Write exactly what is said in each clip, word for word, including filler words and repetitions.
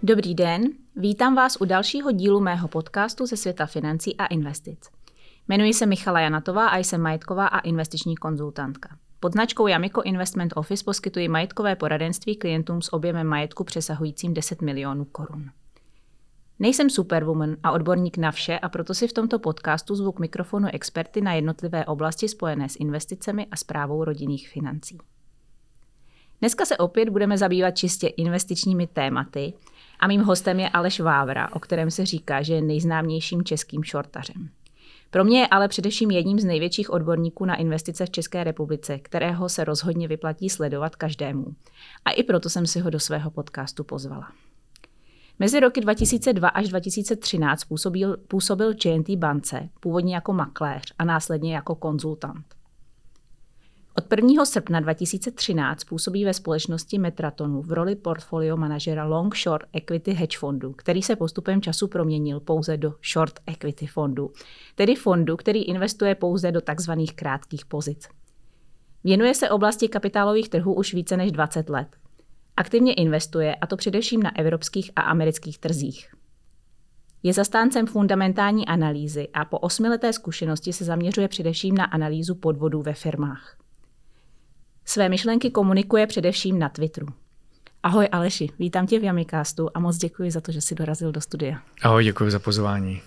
Dobrý den, vítám vás u dalšího dílu mého podcastu ze světa financí a investic. Jmenuji se Michala Janatová a jsem majetková a investiční konzultantka. Pod značkou Yamiko Investment Office poskytuji majetkové poradenství klientům s objemem majetku přesahujícím deset milionů korun. Nejsem superwoman a odborník na vše, a proto si v tomto podcastu zvu k mikrofonu experty na jednotlivé oblasti spojené s investicemi a správou rodinných financí. Dneska se opět budeme zabývat čistě investičními tématy a mým hostem je Aleš Vávra, o kterém se říká, že je nejznámějším českým shortařem. Pro mě je ale především jedním z největších odborníků na investice v České republice, kterého se rozhodně vyplatí sledovat každému. A i proto jsem si ho do svého podcastu pozvala. Mezi roky dva tisíce dva až dva tisíce třináct působil, působil J and T bance, původně jako makléř a následně jako konzultant. Od prvního srpna dva tisíce třináct působí ve společnosti Metratonu v roli portfolio manažera Long Short Equity Hedge fondu, který se postupem času proměnil pouze do Short Equity fondu, tedy fondu, který investuje pouze do tzv. Krátkých pozic. Věnuje se oblasti kapitálových trhů už více než dvacet let. Aktivně investuje, a to především na evropských a amerických trzích. Je zastáncem fundamentální analýzy a po osmileté zkušenosti se zaměřuje především na analýzu podvodů ve firmách. Své myšlenky komunikuje především na Twitteru. Ahoj Aleši, vítám tě v Yamicastu a moc děkuji za to, že jsi dorazil do studia. Ahoj, děkuji za pozvání.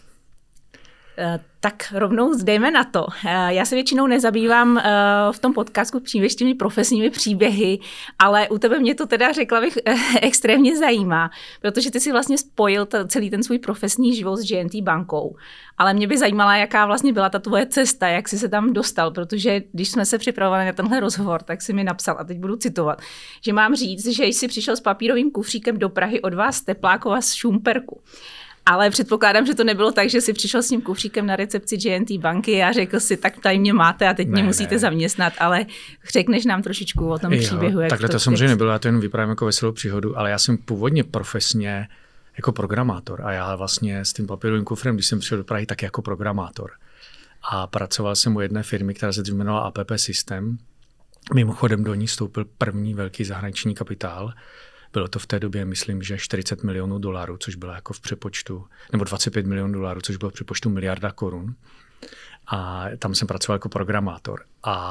Tak rovnou jdeme na to. Já se většinou nezabývám v tom podcastu příběžnými profesními příběhy, ale u tebe mě to teda, řekla bych, extrémně zajímá, protože ty si vlastně spojil celý ten svůj profesní život s J and T bankou. Ale mě by zajímala, jaká vlastně byla ta tvoje cesta, jak jsi se tam dostal, protože když jsme se připravovali na tenhle rozhovor, tak si mi napsal, a teď budu citovat, že mám říct, že jsi přišel s papírovým kufříkem do Prahy od vás z Teplákova z Šumperku. Ale předpokládám, že to nebylo tak, že jsi přišel s tím kufříkem na recepci J and T banky a řekl si, tak tady mě máte a teď ne, mě musíte ne. zaměstnat, ale řekneš nám trošičku o tom jo, příběhu. Jak takhle to, to samozřejmě nebylo, já to jen vyprávím jako veselou příhodu, ale já jsem původně profesně jako programátor a já vlastně s tím papírovým kufrem, když jsem přišel do Prahy, tak jako programátor. A pracoval jsem u jedné firmy, která se jmenovala A P P System. Mimochodem do ní vstoupil první velký zahraniční kapitál. Bylo to v té době, myslím, že čtyřicet milionů dolarů, což bylo jako v přepočtu, nebo dvacet pět milionů dolarů, což bylo v přepočtu miliarda korun. A tam jsem pracoval jako programátor.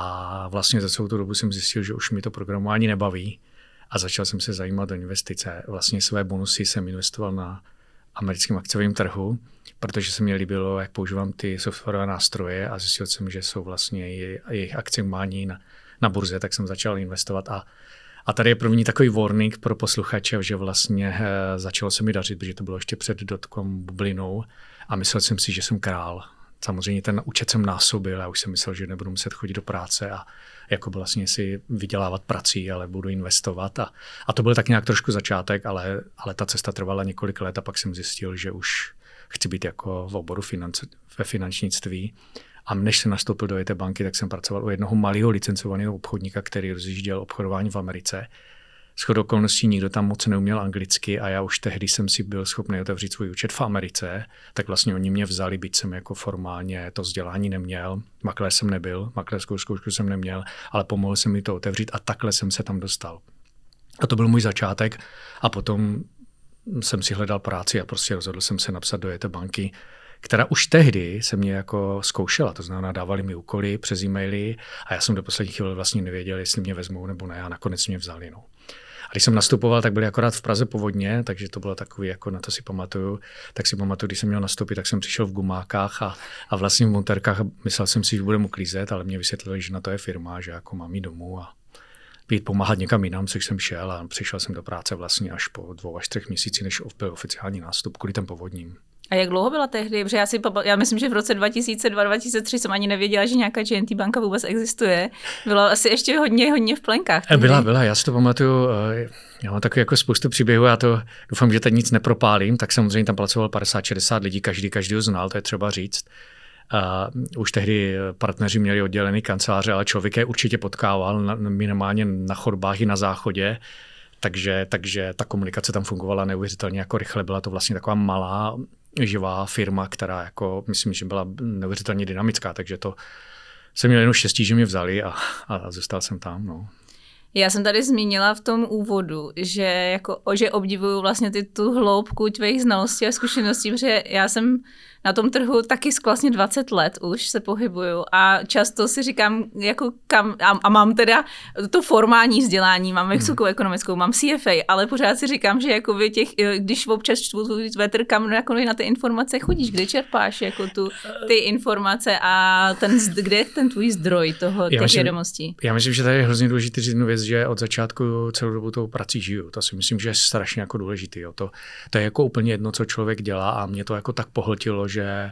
A vlastně za celou tu dobu jsem zjistil, že už mi to programování nebaví a začal jsem se zajímat o investice. Vlastně své bonusy jsem investoval na americkém akciovém trhu, protože se mi líbilo, jak používám ty softwarové nástroje a zjistil jsem, že jsou vlastně jejich akcionální na, na burze, tak jsem začal investovat a A tady je první takový warning pro posluchače, že vlastně e, začalo se mi dařit, protože to bylo ještě před dotcom bublinou a myslel jsem si, že jsem král. Samozřejmě ten účet jsem násobil, já už jsem myslel, že nebudu muset chodit do práce a jako vlastně si vydělávat prací, ale budu investovat. A, a to byl tak nějak trošku začátek, ale, ale ta cesta trvala několik let a pak jsem zjistil, že už chci být jako v oboru finance, ve finančnictví. A než jsem nastoupil do E T banky, tak jsem pracoval u jednoho malého licencovaného obchodníka, který rozjížděl obchodování v Americe. Shodou okolností nikdo tam moc neuměl anglicky a já už tehdy jsem si byl schopný otevřít svůj účet v Americe, tak vlastně oni mě vzali, byť jsem jako formálně to vzdělání neměl. Makléř jsem nebyl, makléřskou zkoušku jsem neměl, ale pomohl jsem mi to otevřít a takhle jsem se tam dostal. A to byl můj začátek a potom jsem si hledal práci a prostě rozhodl jsem se napsat do E T banky, která už tehdy se mě jako zkoušela, to znamená dávali mi úkoly přes e-maily a já jsem do poslední chvíle vlastně nevěděl, jestli mě vezmou nebo ne a nakonec mě vzali. No. A když jsem nastupoval, tak byli akorát v Praze povodně, takže to bylo takový, jako na to si pamatuju, tak si pamatuju, když jsem měl nastoupit, tak jsem přišel v gumákách a, a vlastně v monterkách myslel jsem si, že budeme uklízet, ale mě vysvětlili, že na to je firma, že jako mám jít domů a být pomáhat někam jinam, což jsem šel a přišel jsem do práce vlastně až po dvou až třech měsících, než byl oficiální nástup kvůli těm povodním. A jak dlouho byla tehdy? Protože já, si, já myslím, že v roce dva tisíce dva dva tisíce tři jsem ani nevěděla, že nějaká J and T banka vůbec existuje. Bylo asi ještě hodně, hodně v plenkách. Tehdy. Byla, byla, já si to pamatuju, já mám takový jako spoustu příběhů, já to doufám, že teď nic nepropálím, tak samozřejmě tam pracoval padesát šedesát lidí, každý každýho znal, to je třeba říct. Uh, už tehdy partneři měli oddělený kanceláře, ale člověk je určitě potkával na, minimálně na chodbách i na záchodě, takže, takže ta komunikace tam fungovala neuvěřitelně jako rychle. Byla to vlastně taková malá živá firma, která jako, myslím, že byla neuvěřitelně dynamická, takže to jsem měl jenom štěstí, že mě vzali a, a zůstal jsem tam. No. Já jsem tady zmínila v tom úvodu, že, jako, že obdivuju vlastně ty, tu hloubku tvých znalostí a zkušeností, protože já jsem na tom trhu taky vlastně dvacet let už se pohybuju a často si říkám, jako kam, a, a mám teda to formální vzdělání, mám vysokou hmm. ekonomickou, mám C F A, ale pořád si říkám, že jako vy těch, když občas čtu tvůj Twitter, kam jako na ty informace chodíš, kde čerpáš jako tu, ty informace a ten, kde je ten tvůj zdroj toho, těch vědomostí? Já myslím, že tady je hrozně důležitý říct jednu věc, že od začátku celou dobu tou prací žiju. To si myslím, že je strašně jako důležitý. Jo. To, to je jako úplně jedno, co člověk dělá a mě to jako tak pohltilo, že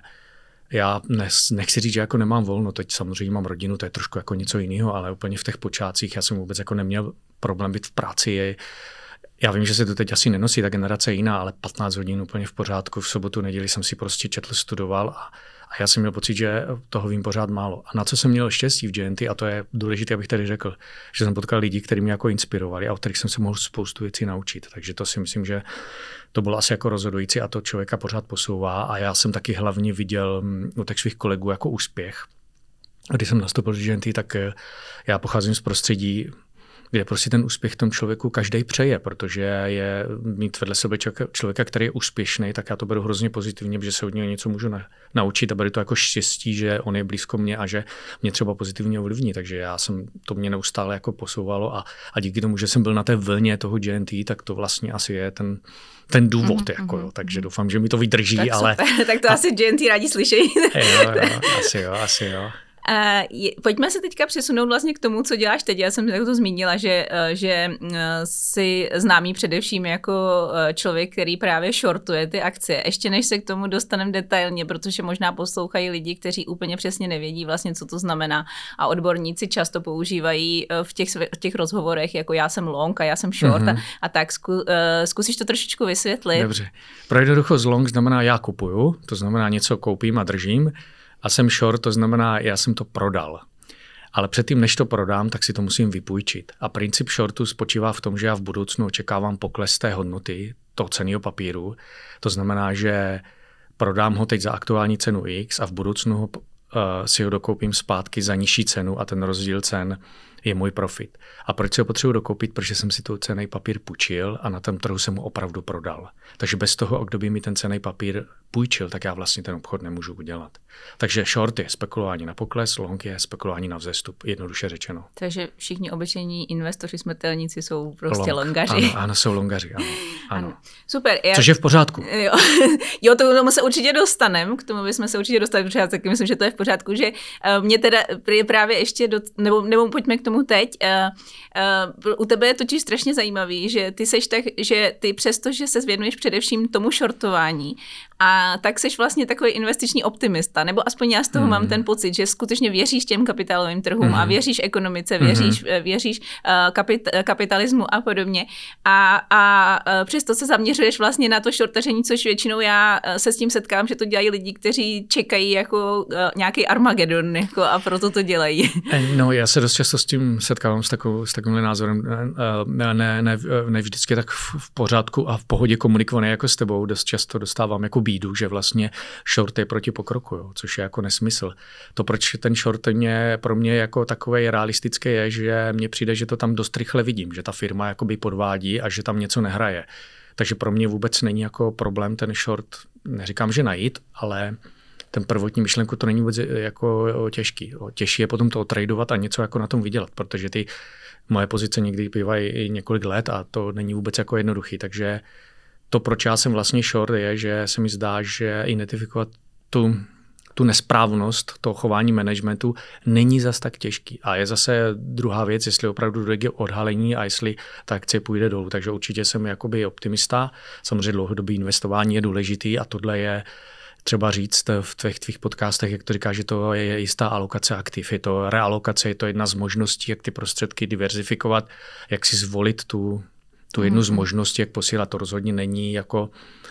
já nes, nechci říct, že jako nemám volno, teď samozřejmě mám rodinu, to je trošku jako něco jiného, ale úplně v těch počátcích já jsem vůbec jako neměl problém být v práci. Já vím, že se to teď asi nenosí, ta generace je jiná, ale patnáct hodin úplně v pořádku, v sobotu, neděli jsem si prostě četl, studoval a, a já jsem měl pocit, že toho vím pořád málo. A na co jsem měl štěstí v J N T, a to je důležité, abych tady řekl, že jsem potkal lidi, kteří mě jako inspirovali a od kterých jsem se mohl spoustu věcí naučit. Takže to si myslím, že to bylo asi jako rozhodující a to člověka pořád posouvá a já jsem taky hlavně viděl u těch svých kolegů jako úspěch. Když jsem nastoupil do J N T, tak já pocházím z prostředí, kde prostě ten úspěch v tom člověku každý přeje, protože je mít vedle sebe člověka, který je úspěšný, tak já to beru hrozně pozitivně, že se od něho něco můžu na, naučit a beru to jako štěstí, že on je blízko mě a že mě třeba pozitivně ovlivní, takže já jsem to mě neustále jako posouvalo a, a díky tomu, že jsem byl na té vlně toho J N T, tak to vlastně asi je ten, ten důvod, mm-hmm. jako jo, takže doufám, že mi to vydrží, tak ale... tak to a... asi J N T rádi slyšejí. jo, jo, asi jo, asi jo. Uh, je, pojďme se teďka přesunout vlastně k tomu, co děláš teď. Já jsem to zmínila, že, uh, že uh, jsi známý především jako uh, člověk, který právě shortuje ty akcie. Ještě než se k tomu dostaneme detailně, protože možná poslouchají lidi, kteří úplně přesně nevědí vlastně, co to znamená a odborníci často používají uh, v, těch, v těch rozhovorech, jako já jsem long a já jsem short mm-hmm. a, a tak zku, uh, zkusíš to trošičku vysvětlit. Dobře. Pro jednoduchost long znamená já kupuju, to znamená něco koupím a držím. A jsem short, to znamená, já jsem to prodal. Ale předtím, než to prodám, tak si to musím vypůjčit. A princip shortu spočívá v tom, že já v budoucnu očekávám pokles té hodnoty, toho cenného papíru. To znamená, že prodám ho teď za aktuální cenu X a v budoucnu ho, uh, si ho dokoupím zpátky za nižší cenu a ten rozdíl cen je můj profit. A proč si ho potřebuji dokoupit? Protože jsem si tu cenný papír půjčil a na tom trhu jsem ho opravdu prodal. Takže bez toho, kdo by mi ten cenný papír půjčil, tak já vlastně ten obchod nemůžu udělat. Takže short je spekulování na pokles, long je spekulování na vzestup, jednoduše řečeno. Takže všichni obyčejní investoři, smrtelníci jsou prostě long. longaři. Ano, ano, jsou longaři, ano. ano. ano. Super. Já... Což je v pořádku. Jo, jo to, tomu se určitě dostaneme, k tomu bychom se určitě dostali, protože já taky myslím, že to je v pořádku, že uh, mě teda je právě ještě, do, nebo, nebo pojďme k tomu teď, uh, uh, u tebe je totiž strašně zajímavý, že ty seš tak, že ty přesto, že se věnuješ především tomu shortování, a tak seš vlastně takový investiční optimista, nebo aspoň já z toho mm. mám ten pocit, že skutečně věříš těm kapitálovým trhům mm. a věříš ekonomice, věříš, mm. věříš uh, kapit, kapitalismu a podobně. A, a uh, přesto se zaměřuješ vlastně na to shortaření, což většinou já uh, se s tím setkám, že to dělají lidi, kteří čekají jako uh, nějaký Armagedon jako, a proto to dělají. No, já se dost často s tím setkávám s, takovou, s takovýmhle názorem. Ne, ne, ne, ne vždycky tak v, v pořádku a v pohodě komunikovaný jako s tebou. Dost často dostávám jako bídu, že vlastně short je proti pokroku, jo, což je jako nesmysl. To, proč ten short mě, pro mě jako takové realistické je, že mně přijde, že to tam dost rychle vidím, že ta firma jakoby podvádí a že tam něco nehraje. Takže pro mě vůbec není jako problém ten short, neříkám, že najít, ale ten prvotní myšlenku to není vůbec jako těžký. Těžší je potom to tradovat a něco jako na tom vydělat, protože ty moje pozice někdy bývají i několik let a to není vůbec jako jednoduchý, takže to, proč já jsem vlastně short, je, že se mi zdá, že identifikovat tu, tu nesprávnost toho chování managementu není zas tak těžký. A je zase druhá věc, jestli opravdu dojde k odhalení a jestli ta akcie půjde dolů. Takže určitě jsem jakoby optimista. Samozřejmě dlouhodobé investování je důležitý a tohle je třeba říct v těch tvých podcastech, jak to říká, že to je jistá alokace aktiv. Je to realokace, je to jedna z možností, jak ty prostředky diverzifikovat, jak si zvolit tu Tu jednu z možností, jak posílat, to rozhodně není jako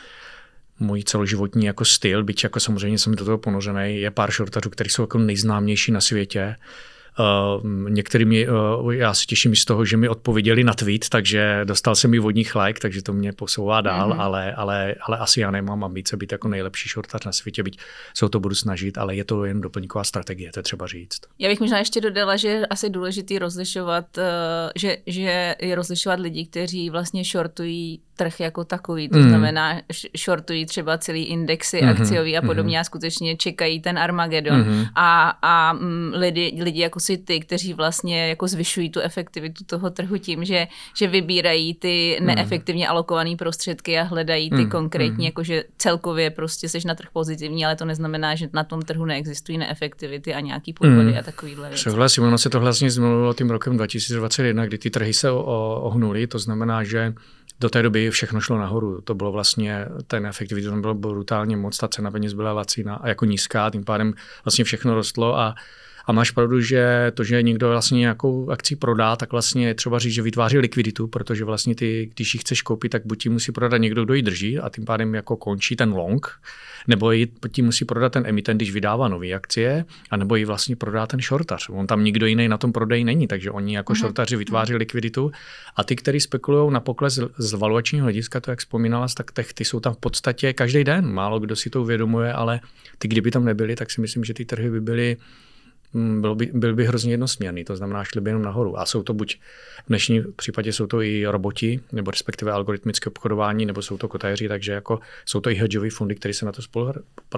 můj celoživotní jako styl, byť jako samozřejmě jsem do toho ponořený. Je pár shortařů, kteří jsou jako nejznámější na světě Uh, některými, uh, já se těším z toho, že mi odpověděli na tweet, takže dostal jsem i od nich like, takže to mě posouvá dál, mm-hmm. ale, ale, ale asi já nemám ambice být jako nejlepší shortař na světě, byť se o to budu snažit, ale je to jen doplňková strategie, to je třeba říct. Já bych možná ještě dodala, že je asi důležitý rozlišovat, že, že je rozlišovat lidi, kteří vlastně shortují trh jako takový, to mm. znamená shortují třeba celý indexy mm-hmm. akciový a podobně mm-hmm. a skutečně čekají ten Armagedon mm-hmm. a, a m, lidi, lidi jako si ty, kteří vlastně jako zvyšují tu efektivitu toho trhu tím, že, že vybírají ty mm. neefektivně alokované prostředky a hledají ty mm. konkrétní, mm. jakože celkově prostě seš na trh pozitivní, ale to neznamená, že na tom trhu neexistují neefektivity a nějaký podvody mm. a takovýhle věci. Souhlasím, ono se to vlastně zmluvilo tím rokem dva tisíce dvacet jedna, kdy ty trhy se ohnuly, to znamená, že do té doby všechno šlo nahoru. To bylo vlastně, ten efektivita tam bylo brutálně moc, ta cena peněz byla laciná a jako nízká, tím pádem vlastně všechno rostlo a, a máš pravdu, že to, že někdo vlastně nějakou akci prodá, tak vlastně je třeba říct, že vytváří likviditu, protože vlastně ty, když ji chceš koupit, tak buď ti musí prodat někdo, kdo ji drží a tím pádem jako končí ten long, nebo ji ti musí prodat ten emitent, když vydává nové akcie, a nebo ji vlastně prodá ten shortař. On tam nikdo jiný na tom prodeji není, takže oni jako mm-hmm. shortaři vytváří likviditu a ty, kteří spekulují na pokles z valuačního hlediska, to jak vzpomínala, tak ty jsou tam v podstatě každý den. Málo kdo si to uvědomuje, ale ty, kdyby tam nebyly, tak si myslím, že ty trhy by byly Byl by, byl by hrozně jednosměrný, to znamená, šli by jenom nahoru. A jsou to buď v dnešním případě jsou to i roboti, nebo respektive algoritmické obchodování, nebo jsou to kotéři, takže jako jsou to i hedžové fondy, které se na to, spolu,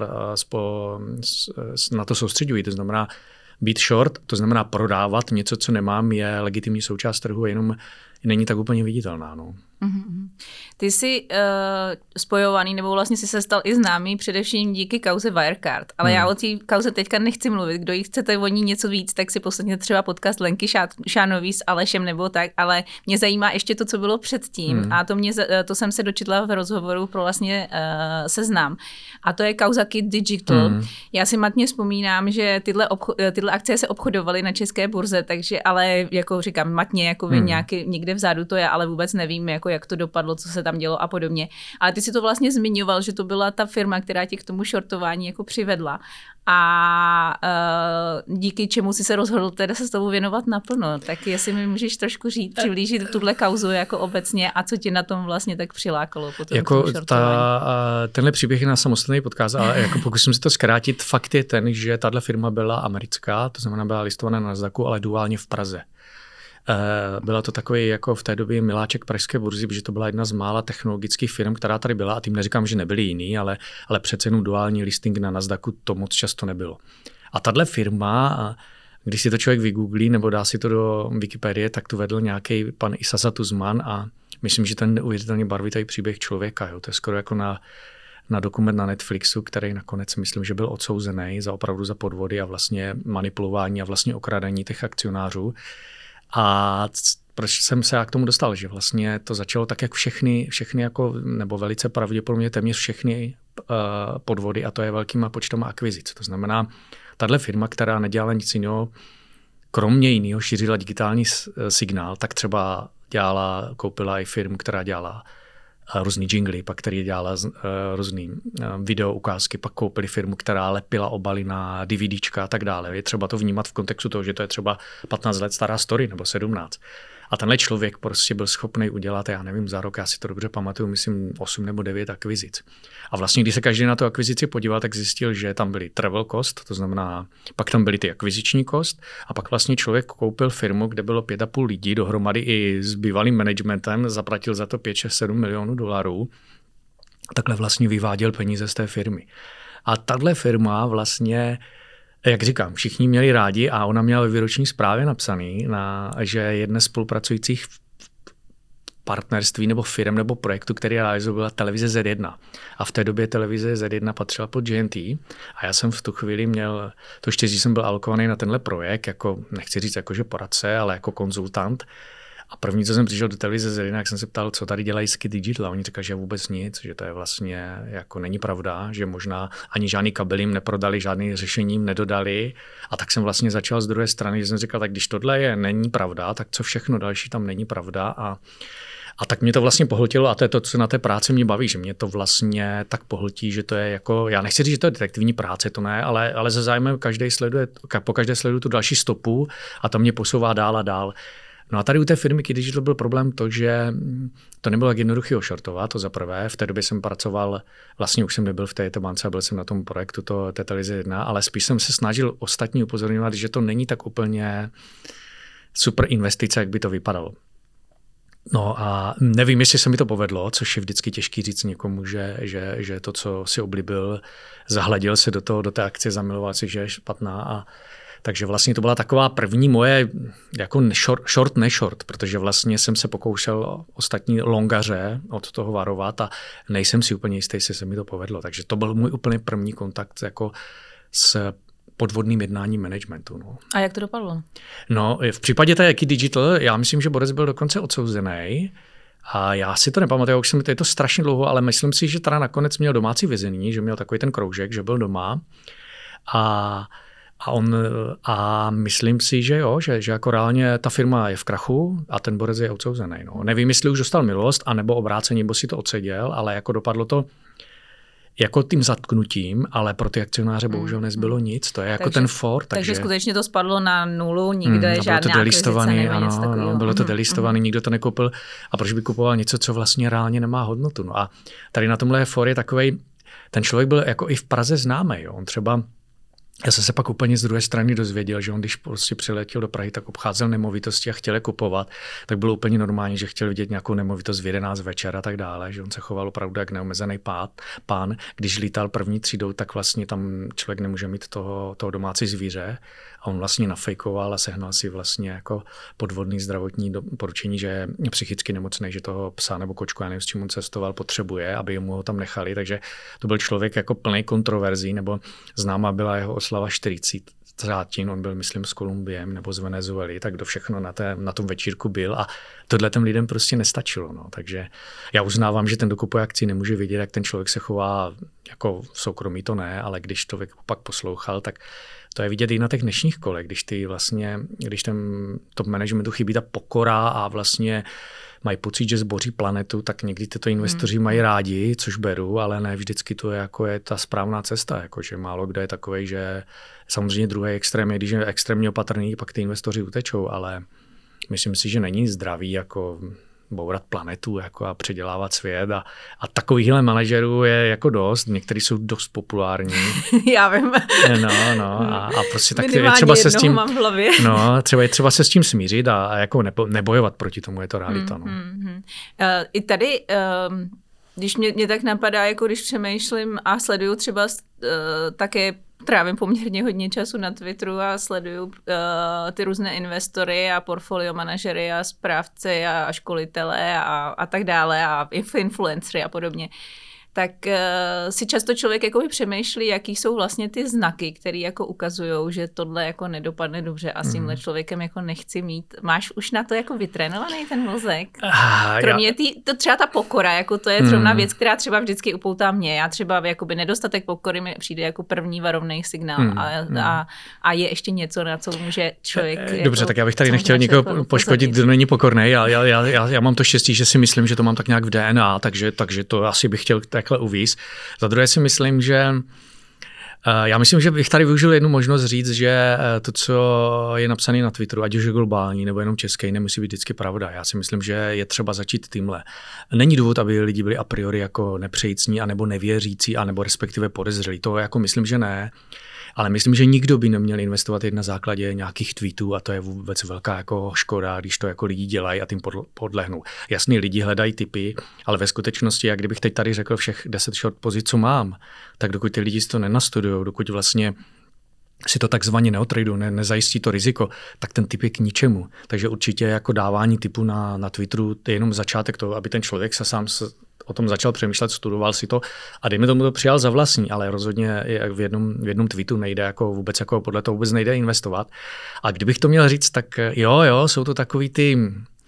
spolu, na to soustředují. To znamená být short, to znamená prodávat něco, co nemám, je legitimní součást trhu, jenom není tak úplně viditelná. No. Mm-hmm. Ty jsi uh, spojovaný, nebo vlastně jsi se stal i známý především díky kauze Wirecard, ale mm. já o té kauze teďka nechci mluvit. Kdo jí chcete o ní něco víc, tak si posledně třeba podcast Lenky Šánový s Alešem nebo tak, ale mě zajímá ještě to, co bylo předtím mm. a to, mě, to jsem se dočetla v rozhovoru pro vlastně uh, Seznam a to je kauza Kit Digital. Mm. Já si matně vzpomínám, že tyhle, obcho- tyhle akcie se obchodovaly na české burze, takže ale jako říkám matně, jako mm. nějaký, někde vzadu to je, ale vůbec nevím, jako jak to dopadlo, co se tam dělo a podobně. Ale ty si to vlastně zmiňoval, že to byla ta firma, která tě k tomu shortování jako přivedla. A uh, díky čemu si se rozhodl teda se s tobou věnovat naplno. Tak jestli mi můžeš trošku říct, přiblížit tuhle kauzu jako obecně a co tě na tom vlastně tak přilákalo potom jako ta, tenhle příběh je na samostatný podcast, ale jako pokusím si to zkrátit, fakt je ten, že tahle firma byla americká, to znamená byla listovaná na Nasdaqu, ale duálně v Praze. Byla to takový jako v té době miláček pražské burzy, protože to byla jedna z mála technologických firm, která tady byla a tím neříkám, že nebyly jiný, ale, ale přece jenom duální listing na Nasdaqu to moc často nebylo. A tahle firma, když si to člověk vygooglí nebo dá si to do Wikipedie, tak tu vedl nějaký pan Isasa Tuzman a myslím, že ten neuvěřitelně barvitý příběh člověka. Jo. To je skoro jako na, na dokument na Netflixu, který nakonec myslím, že byl odsouzený za opravdu za podvody a vlastně manipulování a vlastně okradení těch akcionářů. A proč jsem se já k tomu dostal, že vlastně to začalo tak, jak všechny, všechny jako, nebo velice pravděpodobně téměř všechny uh, podvody, a to je velkýma počtama akvizic. To znamená, tahle firma, která nedělala nic jiného, kromě jiného šířila digitální signál, tak třeba dělala, koupila i firmu, která dělala uh, různý jingly, pak který dělala uh, různý uh, video ukázky, pak koupili firmu, která lepila obaly na DVDčka a tak dále. Je třeba to vnímat v kontextu toho, že to je třeba patnáct let stará story nebo sedmnáct. A tenhle člověk prostě byl schopný udělat, já nevím, za rok, já si to dobře pamatuju, myslím osm nebo devět akvizic. A vlastně, když se každý na tu akvizici podíval, tak zjistil, že tam byly travel cost, to znamená, pak tam byly ty akviziční cost, a pak vlastně člověk koupil firmu, kde bylo pět a půl lidí dohromady i s bývalým managementem, zaplatil za to pět, šest, sedm milionů dolarů. Takhle vlastně vyváděl peníze z té firmy. A tahle firma vlastně, jak říkám, všichni měli rádi a ona měla ve výroční zprávě napsaný, na, že jedné z spolupracujících partnerství nebo firm nebo projektu, který realizovala televize zet jedna. A v té době televize zet jedna patřila pod G N T a já jsem v tu chvíli měl, to štěstí jsem byl alokovaný na tenhle projekt, jako, nechci říct jako že poradce, ale jako konzultant. A první, co jsem přišel do televize Zrina, jak jsem se ptal, co tady dělají Sky Digital, a oni říkali, že vůbec nic, že to je vlastně jako není pravda, že možná ani žádný kabel jim neprodali, žádný řešení jim nedodali. A tak jsem vlastně začal z druhé strany, že jsem říkal, tak když tohle je není pravda, tak co všechno další tam není pravda. A A tak mě to vlastně pohltilo a to je to, co na té práci mě baví, že mě to vlastně tak pohltí, že to je jako, já nechci říct, že to je detektivní práce, to ne, ale, ale ze zájmem každý sleduje, po každé sleduju tu další stopu a to mě posouvá dál a dál. No a tady u té firmy když to byl problém to, že to nebylo tak jednoduché ošortovat, to za prvé. V té době jsem pracoval, vlastně už jsem nebyl v té bance a byl jsem na tom projektu to, té televize jedna, ale spíš jsem se snažil ostatní upozorňovat, že to není tak úplně super investice, jak by to vypadalo. No a nevím, jestli se mi to povedlo, což je vždycky těžký říct někomu, že, že, že to, co si oblíbil, zahladil se do toho, do té akce, zamiloval si, že je špatná. A takže vlastně to byla taková první moje jako short, short neshort, protože vlastně jsem se pokoušel ostatní longaře od toho varovat a nejsem si úplně jistý, jestli se mi to povedlo. Takže to byl můj úplně první kontakt jako s podvodným jednáním managementu. No. A jak to dopadlo? No, v případě té Sky Digital, já myslím, že Borec byl dokonce odsouzený. A já si to nepamatuju, už jsem to je to strašně dlouho, ale myslím si, že teda nakonec měl domácí vězení, že měl takový ten kroužek, že byl doma. A, a, on, a myslím si, že jo, že, že jako reálně ta firma je v krachu a ten Borec je odsouzený. No. Nevím, jestli už dostal milost, anebo obráceně, nebo si to odseděl, ale jako dopadlo to jako tím zatknutím, ale pro ty akcionáře bohužel nezbylo nic. To je jako takže, ten for. Takže, takže skutečně to spadlo na nulu, nikde mm, žádná akvizice nebo něco takového. Ano, bylo to delistované, mm. nikdo to nekoupil. A proč by kupoval něco, co vlastně reálně nemá hodnotu? No a tady na tomhle for je takovej, ten člověk byl jako i v Praze známý. Jo. On třeba, já jsem se pak úplně z druhé strany dozvěděl, že on když prostě přiletěl do Prahy, tak obcházel nemovitosti a chtěl je kupovat, tak bylo úplně normální, že chtěl vidět nějakou nemovitost v jedenáct večer a tak dále, že on se choval opravdu jak neomezený pát, pán. Když lítal první třídou, tak vlastně tam člověk nemůže mít toho, toho domácí zvíře a on vlastně nafejkoval a sehnal si vlastně jako podvodný zdravotní doporučení, že je psychicky nemocný, že toho psa nebo kočku, já nevím, s čím on cestoval, potřebuje, aby mu ho tam nechali, takže to byl člověk jako plný kontroverzí, nebo známá byla jeho oslava čtyřicet třátin, on byl, myslím, s Kolumbiem nebo z Venezuely, tak kdo všechno na, té, na tom večírku byl a tohle těm lidem prostě nestačilo. No. Takže já uznávám, že ten, kdo kupuje akci, nemůže vidět, jak ten člověk se chová jako v soukromí, to ne, ale když to pak poslouchal, tak to je vidět i na těch dnešních kolech, když ty vlastně, když ten top managementu chybí ta pokora a vlastně mají pocit, že zboří planetu, tak někdy tyto investoři mají rádi, což beru, ale ne vždycky to je, jako je ta správná cesta, jako že málo kdo je takovej, že samozřejmě druhý extrém je, když je extrémně opatrný, pak ty investoři utečou, ale myslím si, že není zdravý jako bourat planetu jako a předělávat svět a, a takovýchhle manažerů je jako dost, někteří jsou dost populární. Já vím. No, no a, a prostě tak je třeba se s tím, mám v hlavě. No, třeba je třeba se s tím smířit a, a jako nebo, nebojovat proti tomu, je to realita. No. Mm, mm, mm. Uh, I tady, uh, když mě, mě tak napadá, jako když přemýšlím a sleduju třeba uh, také trávím poměrně hodně času na Twitteru a sleduju uh, ty různé investory a portfolio manažery a správce a, a školitele a, a tak dále a influencery a podobně. Tak uh, si často člověk jako přemýšlí, jaký jsou vlastně ty znaky, které jako ukazujou, že tohle jako nedopadne dobře a s tímhle mm. člověkem jako nechci mít. Máš už na to jako vytrénovaný ten mozek? Ah, Kromě tý, to třeba ta pokora, jako to je zrovna mm. věc, která třeba vždycky upoutá mě. Já třeba jakoby nedostatek pokory mi přijde jako první varovný signál mm. a, a, a je ještě něco, na co může člověk... Dobře, jako, tak já bych tady nechtěl nikoho poškodit, kdo není pokornej. Já, já, já, já, já mám to štěstí, že si myslím, že to mám tak nějak v D N A, takže, takže to asi bych chtěl takhle uvíz. Za druhé si myslím, že já myslím, že bych tady využil jednu možnost říct, že to, co je napsané na Twitteru, ať už je globální nebo jenom český, nemusí být vždycky pravda. Já si myslím, že je třeba začít tímhle. Není důvod, aby lidi byli a priori jako nepřejícní, anebo nevěřící, anebo respektive podezřelí. To jako myslím, že ne. Ale myslím, že nikdo by neměl investovat jen na základě nějakých tweetů a to je vůbec velká jako škoda, když to jako lidi dělají a tím podlehnou. Jasně, lidi hledají tipy, ale ve skutečnosti, jak kdybych teď tady řekl všech deset short pozic, co mám, tak dokud ty lidi si to nenastudujou, dokud vlastně si to takzvaně neotradou, ne, nezajistí to riziko, tak ten tip je k ničemu. Takže určitě jako dávání tipu na, na Twitteru je jenom začátek toho, aby ten člověk se sám o tom začal přemýšlet, studoval si to a dejme tomu to přijal za vlastní, ale rozhodně v jednom, v jednom tweetu nejde jako vůbec, jako podle toho vůbec nejde investovat. A kdybych to měl říct, tak jo, jo, jsou to takový ty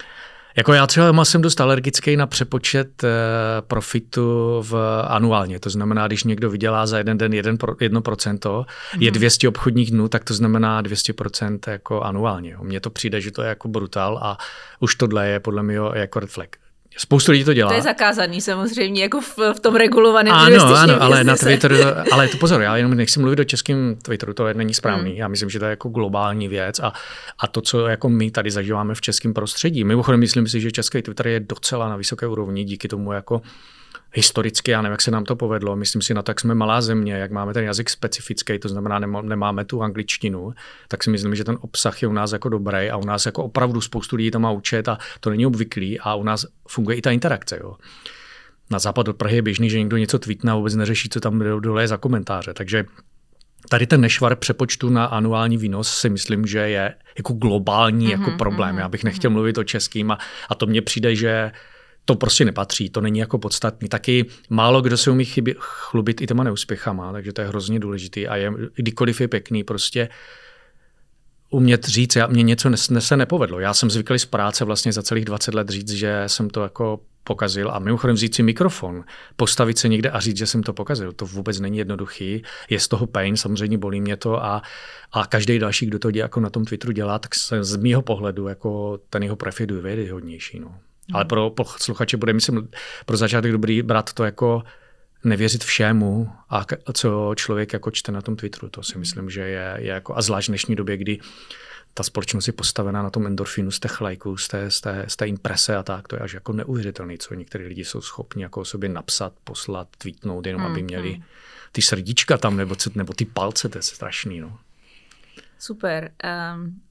Jako já třeba jsem dost alergický na přepočet eh, profitu v anuálně. To znamená, když někdo vydělá za jeden den jedno procento, mm. je dvě stě obchodních dnů, tak to znamená dvě stě procent jako anuálně. Mně to přijde, že to je jako brutal a už tohle je podle mě jako red flag. Spoustu lidí to dělá. To je zakázaný samozřejmě, jako v, v tom regulovaném ano, investičním ano, ale biznise. na Twitter, ale to pozor, já jenom nechci mluvit o českém Twitteru, to není správný. Hmm. Já myslím, že to je jako globální věc a, a to, co jako my tady zažíváme v českém prostředí. Mimochodem myslím si, že český Twitter je docela na vysoké úrovni, díky tomu jako historicky, já nevím, jak se nám to povedlo, myslím si, na to, jak jsme malá země, jak máme ten jazyk specifický, to znamená, nemáme tu angličtinu, tak si myslím, že ten obsah je u nás jako dobrý a u nás jako opravdu spoustu lidí to má učit a to není obvyklý a u nás funguje i ta interakce. Jo. Na západ od Prahy je běžný, že někdo něco tweetne a vůbec neřeší, co tam dole je za komentáře, takže tady ten nešvar přepočtu na anuální výnos si myslím, že je jako globální mm-hmm, jako problém. Mm-hmm, Já bych nechtěl mm-hmm. mluvit o českým a, a to mně přijde, že to prostě nepatří, to není jako podstatný. Taky málo kdo se umí chyby, chlubit i těma neúspěchama, takže to je hrozně důležitý a je, kdykoliv je pěkný prostě umět říct, já, mě něco ne, se nepovedlo. Já jsem zvyklý z práce vlastně za celých dvacet let říct, že jsem to jako pokazil a mimochodem vzít si mikrofon, postavit se někde a říct, že jsem to pokazil, to vůbec není jednoduchý, je z toho pain, samozřejmě bolí mě to a, a každý další, kdo to dělá, jako na tom Twitteru dělá, tak se z mýho pohledu jako ten jeho profil je věryhodnější. No. Ale pro posluchače bude, myslím, pro začátek dobrý brát to jako nevěřit všemu, a co člověk jako čte na tom Twitteru. To si myslím, že je, je jako, a zvlášť v dnešní době, kdy ta společnost je postavená na tom endorfinu z těch lajků, z té, z, té, z té imprese a tak, to je až jako neuvěřitelný, co některý lidi jsou schopni jako o sobě napsat, poslat, tweetnout, jenom hmm, aby měli hmm. ty srdíčka tam, nebo, nebo ty palce, to je strašný. No. Super. Um...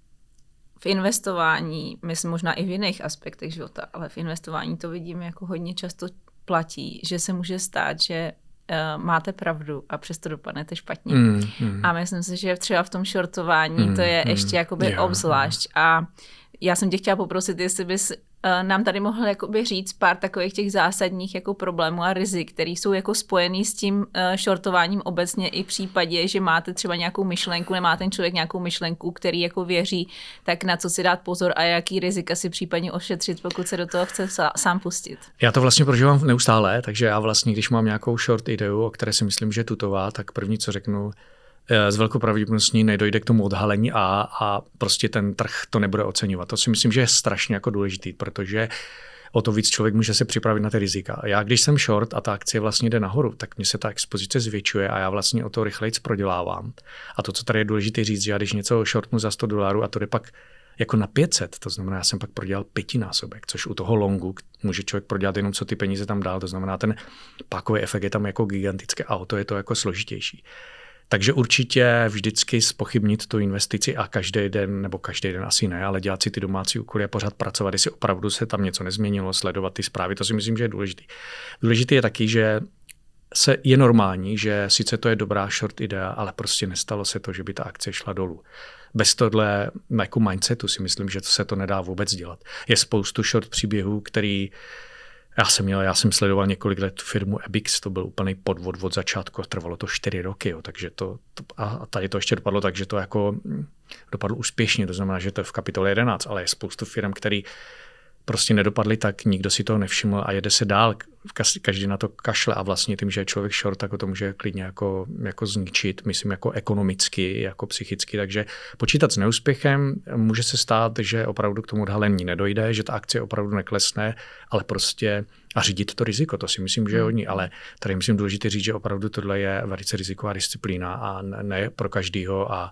V investování, myslím možná i v jiných aspektech života, ale v investování to vidím jako hodně často platí, že se může stát, že uh, máte pravdu a přesto dopadnete špatně. Mm, mm. A myslím si, že třeba v tom shortování mm, to je mm, ještě jakoby yeah, obzvlášť. Yeah. A já jsem tě chtěla poprosit, jestli bys uh, nám tady mohl jakoby říct pár takových těch zásadních jako problémů a rizik, které jsou jako spojený s tím uh, shortováním obecně i v případě, že máte třeba nějakou myšlenku, nemá ten člověk nějakou myšlenku, který jako věří, tak na co si dát pozor a jaký rizika si případně ošetřit, pokud se do toho chce sám pustit. Já to vlastně prožívám neustále, takže já vlastně, když mám nějakou short ideu, o které si myslím, že je tutová, tak první, co řeknu, s velkou pravděpodobností nedojde k tomu odhalení a, a prostě ten trh to nebude oceňovat. To si myslím, že je strašně jako důležitý, protože o to víc člověk může se připravit na ty rizika. A já, když jsem short a ta akcie vlastně jde nahoru, tak mně se ta expozice zvětšuje a já vlastně o to rychlejc prodělávám. A to, co tady je důležité říct, že já když něco shortnu za sto dolarů a to jde pak jako na pět set, to znamená, já jsem pak prodělal pětinásobek, což u toho longu může člověk prodělat jenom, co ty peníze tam dál, to znamená, ten pákový efekt je tam jako gigantický a o to je to jako složitější. Takže určitě vždycky zpochybnit tu investici a každý den, nebo každý den asi ne, ale dělat si ty domácí úkoly a pořád pracovat, jestli opravdu se tam něco nezměnilo, sledovat ty zprávy, to si myslím, že je důležitý. Důležitý je taky, že se je normální, že sice to je dobrá short idea, ale prostě nestalo se to, že by ta akcie šla dolů. Bez tohle jako mindsetu si myslím, že to se to nedá vůbec dělat. Je spoustu short příběhů, který Já jsem měl, já jsem sledoval několik let tu firmu Ebix, to byl úplný podvod od začátku, trvalo to čtyři roky, jo, takže to, to, a tady to ještě dopadlo tak, že to jako dopadlo úspěšně, to znamená, že to je v kapitole jedenáct, ale je spoustu firm, který prostě nedopadly tak, nikdo si toho nevšiml a jede se dál, každý na to kašle a vlastně tím, že je člověk short, tak to může klidně jako, jako zničit, myslím jako ekonomicky, jako psychicky, takže počítat s neúspěchem může se stát, že opravdu k tomu odhalení nedojde, že ta akcie opravdu neklesne, ale prostě a řídit to riziko, to si myslím, že je hodně, ale tady myslím důležité říct, že opravdu tohle je velice riziková disciplína a ne pro každýho a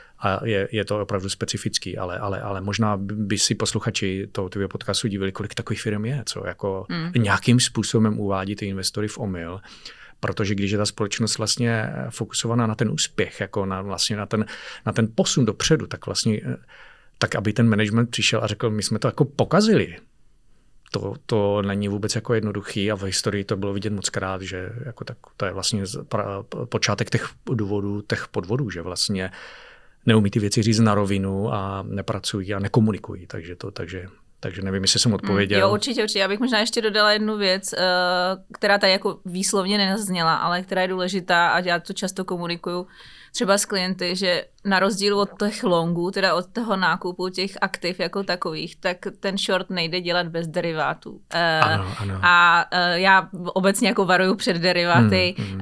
A je, je to opravdu specifický, ale, ale, ale možná by si posluchači toho tvého podcastu divili, kolik takových firm je, co jako mm. nějakým způsobem uvádí ty investory v omyl, protože když je ta společnost vlastně fokusovaná na ten úspěch, jako na, vlastně na, ten, na ten posun dopředu, tak vlastně, tak aby ten management přišel a řekl, my jsme to jako pokazili. To, to není vůbec jako jednoduchý a v historii to bylo vidět moc krát, že jako tak, to je vlastně počátek těch důvodů, těch podvodů, že vlastně neumí ty věci říct na rovinu a nepracují a nekomunikují. Takže to, takže Takže nevím, jestli jsem odpověděl. Mm, jo, určitě, určitě. Já bych možná ještě dodala jednu věc, která tady jako výslovně nenazněla, ale která je důležitá a já to často komunikuju třeba s klienty, že na rozdíl od těch longů, teda od toho nákupu těch aktiv jako takových, tak ten short nejde dělat bez derivátů. Ano, ano. A já obecně jako varuju před deriváty, hmm, hmm.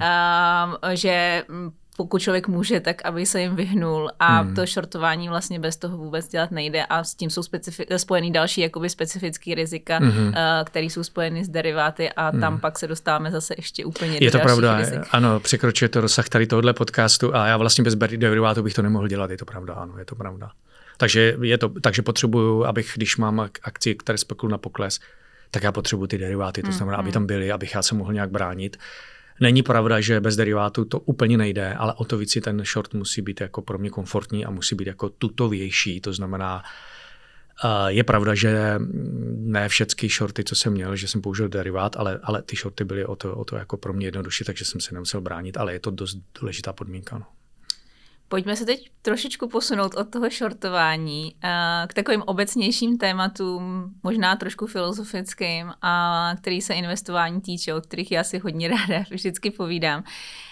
že pokud člověk může, tak aby se jim vyhnul a hmm. to shortování vlastně bez toho vůbec dělat nejde a s tím jsou specifi- spojený další jakoby specifický rizika, hmm. uh, které jsou spojeny s deriváty a hmm. tam pak se dostáváme zase ještě úplně je do to dalších pravda, rizik. Ano, překračuje to rozsah tady tohohle podcastu a já vlastně bez derivátů bych to nemohl dělat, je to pravda, ano, je to pravda. Takže, je to, takže potřebuju, abych, když mám akcie, které spekulují na pokles, tak já potřebuji ty deriváty, to znamená, hmm. aby tam byly, abych já se mohl nějak bránit. Není pravda, že bez derivátu to úplně nejde, ale o to víc ten short musí být jako pro mě komfortní a musí být jako tutovější. To znamená, je pravda, že ne všechny shorty, co jsem měl, že jsem použil derivát, ale, ale ty shorty byly o to, o to jako pro mě jednodušší, takže jsem se nemusel bránit, ale je to dost důležitá podmínka. No. Pojďme se teď trošičku posunout od toho shortování k takovým obecnějším tématům, možná trošku filozofickým, a který se investování týče, o kterých já si hodně ráda vždycky povídám.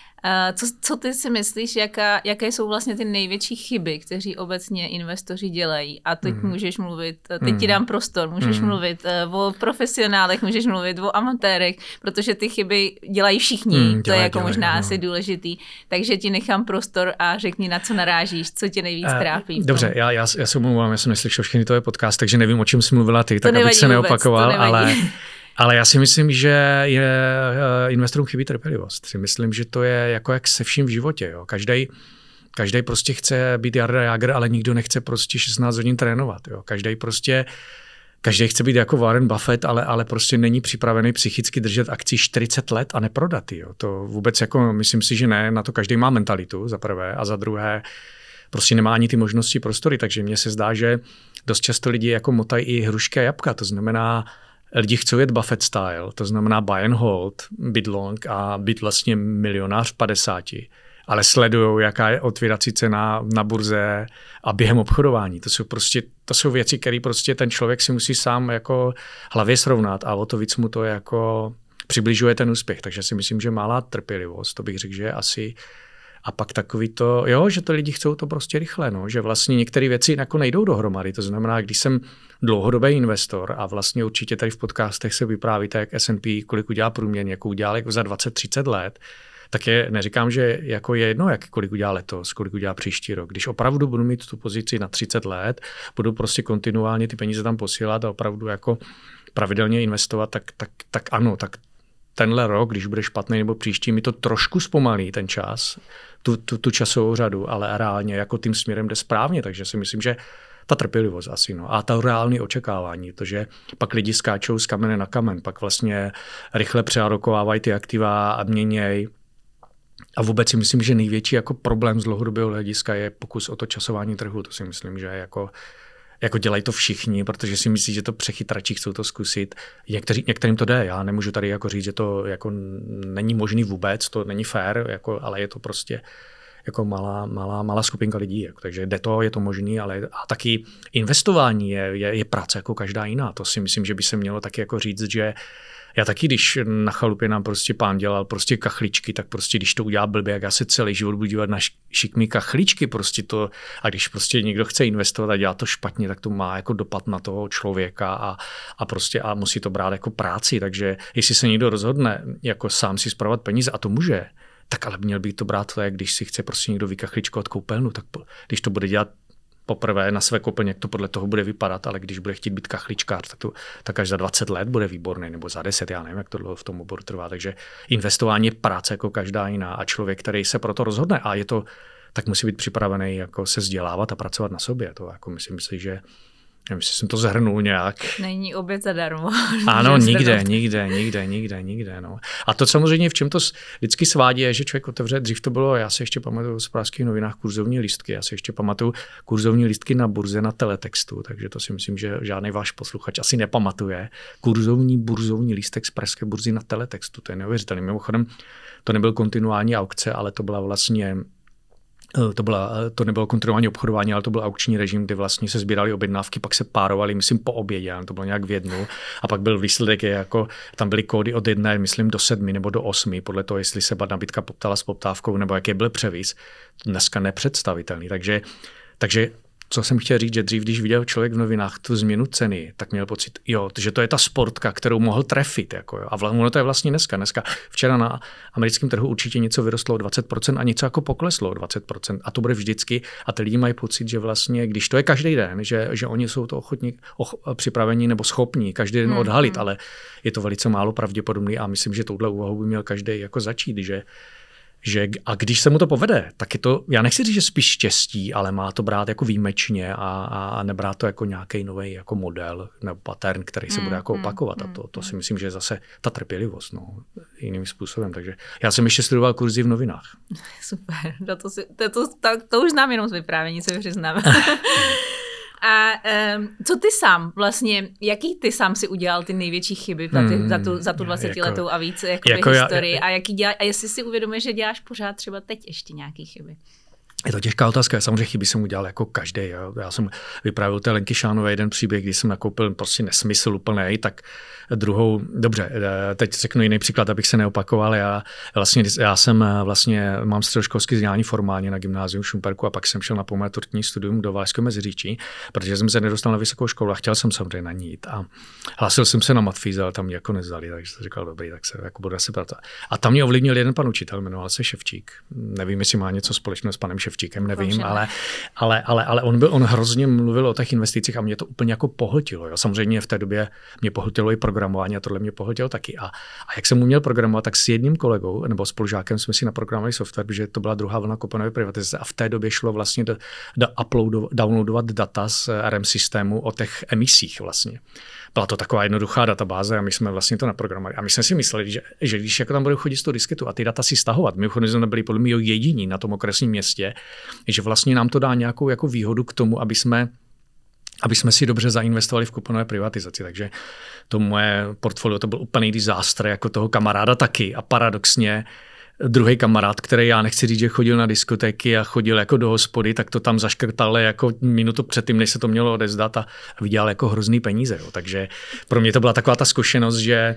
Co, co ty si myslíš, jaká, jaké jsou vlastně ty největší chyby, kteří obecně investoři dělají? A teď mm. můžeš mluvit, teď ti dám prostor, můžeš mm. mluvit o profesionálech, můžeš mluvit o amatérech, protože ty chyby dělají všichni, mm, dělají, to je jako dělají, možná no. asi důležitý. Takže ti nechám prostor a řekni, na co narážíš, co tě nejvíc trápí. Uh, dobře, já, já, já se omlouvám, já jsem neslyšel všechny tvoje podcast, takže nevím, o čem jsi mluvila ty, to tak abych se neopakoval, ale... Ale já si myslím, že je investorům chybí trpělivost. Si myslím, že to je jako jak se vším v životě. Jo. Každý, každý prostě chce být Jarda Jágr, ale nikdo nechce prostě šestnáct hodin trénovat. Jo. Každý prostě, každý chce být jako Warren Buffett, ale, ale prostě není připravený psychicky držet akci čtyřicet let a neprodat. Jo. To vůbec jako, myslím si, že ne, na to každý má mentalitu za prvé a za druhé prostě nemá ani ty možnosti prostory. Takže mně se zdá, že dost často lidi jako motají i hrušky a jabka. To znamená, lidi chcou jet Buffett style, to znamená buy and hold, být long a být vlastně milionář v padesáti, ale sledujou, jaká je otvírací cena na burze a během obchodování. To jsou prostě, to jsou věci, které prostě ten člověk si musí sám jako hlavě srovnat a o to víc mu to jako přibližuje ten úspěch. Takže si myslím, že malá trpělivost, to bych řekl, že je asi. A pak takový to, jo, že to lidi chcou to prostě rychle, no, že vlastně některé věci jako nejdou dohromady. To znamená, když jsem dlouhodobý investor a vlastně určitě tady v podcastech se vyprávíte, jak S and P, kolik udělá průměrně, jako udělal jako za dvacet třicet let, tak je, neříkám, že jako je jedno, jak kolik udělá letos, kolik udělá příští rok. Když opravdu budu mít tu pozici na třicet let, budu prostě kontinuálně ty peníze tam posílat a opravdu jako pravidelně investovat, tak, tak, tak ano, tak tenhle rok, když bude špatný nebo příští, mi to trošku zpomalí ten čas, tu, tu, tu časovou řadu, ale reálně jako tím směrem jde správně, takže si myslím, že ta trpělivost asi, no. A ta reálné očekávání, to, že pak lidi skáčou z kamene na kamen, pak vlastně rychle přealokovávají ty aktiva a měněj. A vůbec si myslím, že největší jako problém z dlouhodobého hlediska je pokus o to časování trhu. To si myslím, že je jako Jako dělají to všichni, protože si myslí, že to přechytrači chcou to zkusit. Někteří, některým to jde. Já nemůžu tady jako říct, že to jako není možný vůbec, to není fair, jako, ale je to prostě jako malá, malá, malá skupinka lidí. Jako, takže jde to, je to možný, ale a taky investování je, je, je práce jako každá jiná. To si myslím, že by se mělo taky jako říct, že já taky, když na chalupě nám prostě pán dělal prostě kachličky, tak prostě když to udělá blbě, jak já se celý život budu dívat na šikmý kachličky prostě to, a když prostě někdo chce investovat a dělá to špatně, tak to má jako dopad na toho člověka a, a prostě a musí to brát jako práci, takže jestli se někdo rozhodne jako sám si spravovat peníze a to může, tak ale měl by to brát to, jak když si chce prostě někdo vykachličkovat koupelnu, tak po, když to bude dělat poprvé na své koupelně, jak to podle toho bude vypadat, ale když bude chtít být kachličkář, tak, to, tak až za dvacet let bude výborný, nebo za deset, já nevím, jak to dlouho v tom oboru trvá. Takže investování je práce jako každá jiná a člověk, který se pro to rozhodne a je to, tak musí být připravený jako se vzdělávat a pracovat na sobě. To jako myslím si, že nevím, jestli jsem to zahrnul nějak. Není oběd zadarmo. Ano, nikde, nikde, nikde, nikde, nikde. No. A to samozřejmě, v čem to vždycky svádí, je, že člověk otevře, dřív to bylo, já se ještě pamatuju v Hospodářských novinách kurzovní lístky, já se ještě pamatuju kurzovní lístky na burze na teletextu, takže to si myslím, že žádný váš posluchač asi nepamatuje. Kurzovní burzovní lístek z pražské burzy na teletextu, to je neuvěřitelné. Mimochodem, to nebyl kontinuální aukce, ale to byla vlastně To, byla, to nebylo kontrolování obchodování, ale to byl aukční režim, kde vlastně se sbíraly objednávky, pak se párovaly, myslím, po obědě, to bylo nějak v jednu. A pak byl výsledek, je jako, tam byly kódy od jedné, myslím, do sedmi nebo do osmi, podle toho, jestli se nabídka poptala s poptávkou, nebo jaký byl převis. Dneska nepředstavitelný. Takže, takže co jsem chtěl říct, že dřív, když viděl člověk v novinách tu změnu ceny, tak měl pocit, jo, že to je ta sportka, kterou mohl trefit. Jako jo. A ono to je vlastně dneska. Dneska včera na americkém trhu určitě něco vyrostlo o dvacet procent a něco jako pokleslo o dvacet procent. A to bude vždycky. A ty lidi mají pocit, že vlastně, když to je každý den, že, že oni jsou to ochotní, och, připravení nebo schopní každý den odhalit, hmm. ale je to velice málo pravděpodobný a myslím, že touhle úvahou by měl každý jako začít, že Že, a když se mu to povede, tak je to, já nechci říct, že spíš štěstí, ale má to brát jako výjimečně a, a nebrát to jako nějaký nový jako model nebo pattern, který se mm, bude jako opakovat. Mm, a to, to si myslím, že je zase ta trpělivost no, jiným způsobem. Takže já jsem ještě studoval kurzy v novinách. Super, to, to, si, to, to, to, to už znám jenom z vyprávění, se přiznám. A um, co ty sám vlastně, jaký ty sám si udělal ty největší chyby za, ty, hmm, za tu, za tu dvacetiletou jako, a víc jako historii já, já, a, jaký dělá, a jestli si uvědomuješ, že děláš pořád třeba teď ještě nějaký chyby? Je to těžká otázka, samozřejmě chyby jsem udělal jako každý. Jo. Já jsem vyprávěl té Lenky Šánové jeden příběh, kdy jsem nakoupil prostě nesmysl úplnej, tak druhou, dobře, teď řeknu jiný příklad, abych se neopakoval. Já vlastně, já jsem vlastně, mám středoškolské vzdělání formálně na gymnáziu v Šumperku a pak jsem šel na pomaturitní studium do Valašského Meziříčí, protože jsem se nedostal na vysokou školu a chtěl jsem samozřejmě na ní jít. A hlásil jsem se na matfíz, ale tam mě jako nezvali, takže jsem říkal, dobrý, tak se jako budu asi pracovat. A tam mě ovlivnil jeden pan učitel, jmenoval se Ševčík. Nevím, jestli má něco společného s panem Ševčíkem, nevím, ale, ale, ale, ale on, byl, on hrozně mluvil o těch investicích a mě to úplně jako pohltilo. Jo. Samozřejmě v té době mě pohltilo i programování a tohle mě pohltilo taky. A, a jak jsem uměl programovat, tak s jedním kolegou nebo spolužákem jsme si naprogramovali software, protože to byla druhá vlna kuponové privatizace a v té době šlo vlastně do, do uploadu, downloadovat data z R M systému o těch emisích vlastně. Byla to taková jednoduchá databáze a my jsme vlastně to naprogramovali. A my jsme si mysleli, že, že když jako tam budou chodit z toho disketu a ty data si stahovat, mimochodem jsme byli podle mě jediní na tom okresním městě, že vlastně nám to dá nějakou jako výhodu k tomu, aby jsme, aby jsme si dobře zainvestovali v kuponové privatizaci. Takže to moje portfolio to byl úplný disaster, jako toho kamaráda taky. A paradoxně druhý kamarád, který já nechci říct, že chodil na diskotéky a chodil jako do hospody, tak to tam zaškrtal jako minutu předtím, než se to mělo odezdat a vydělal jako hrozný peníze. Jo. Takže pro mě to byla taková ta zkušenost, že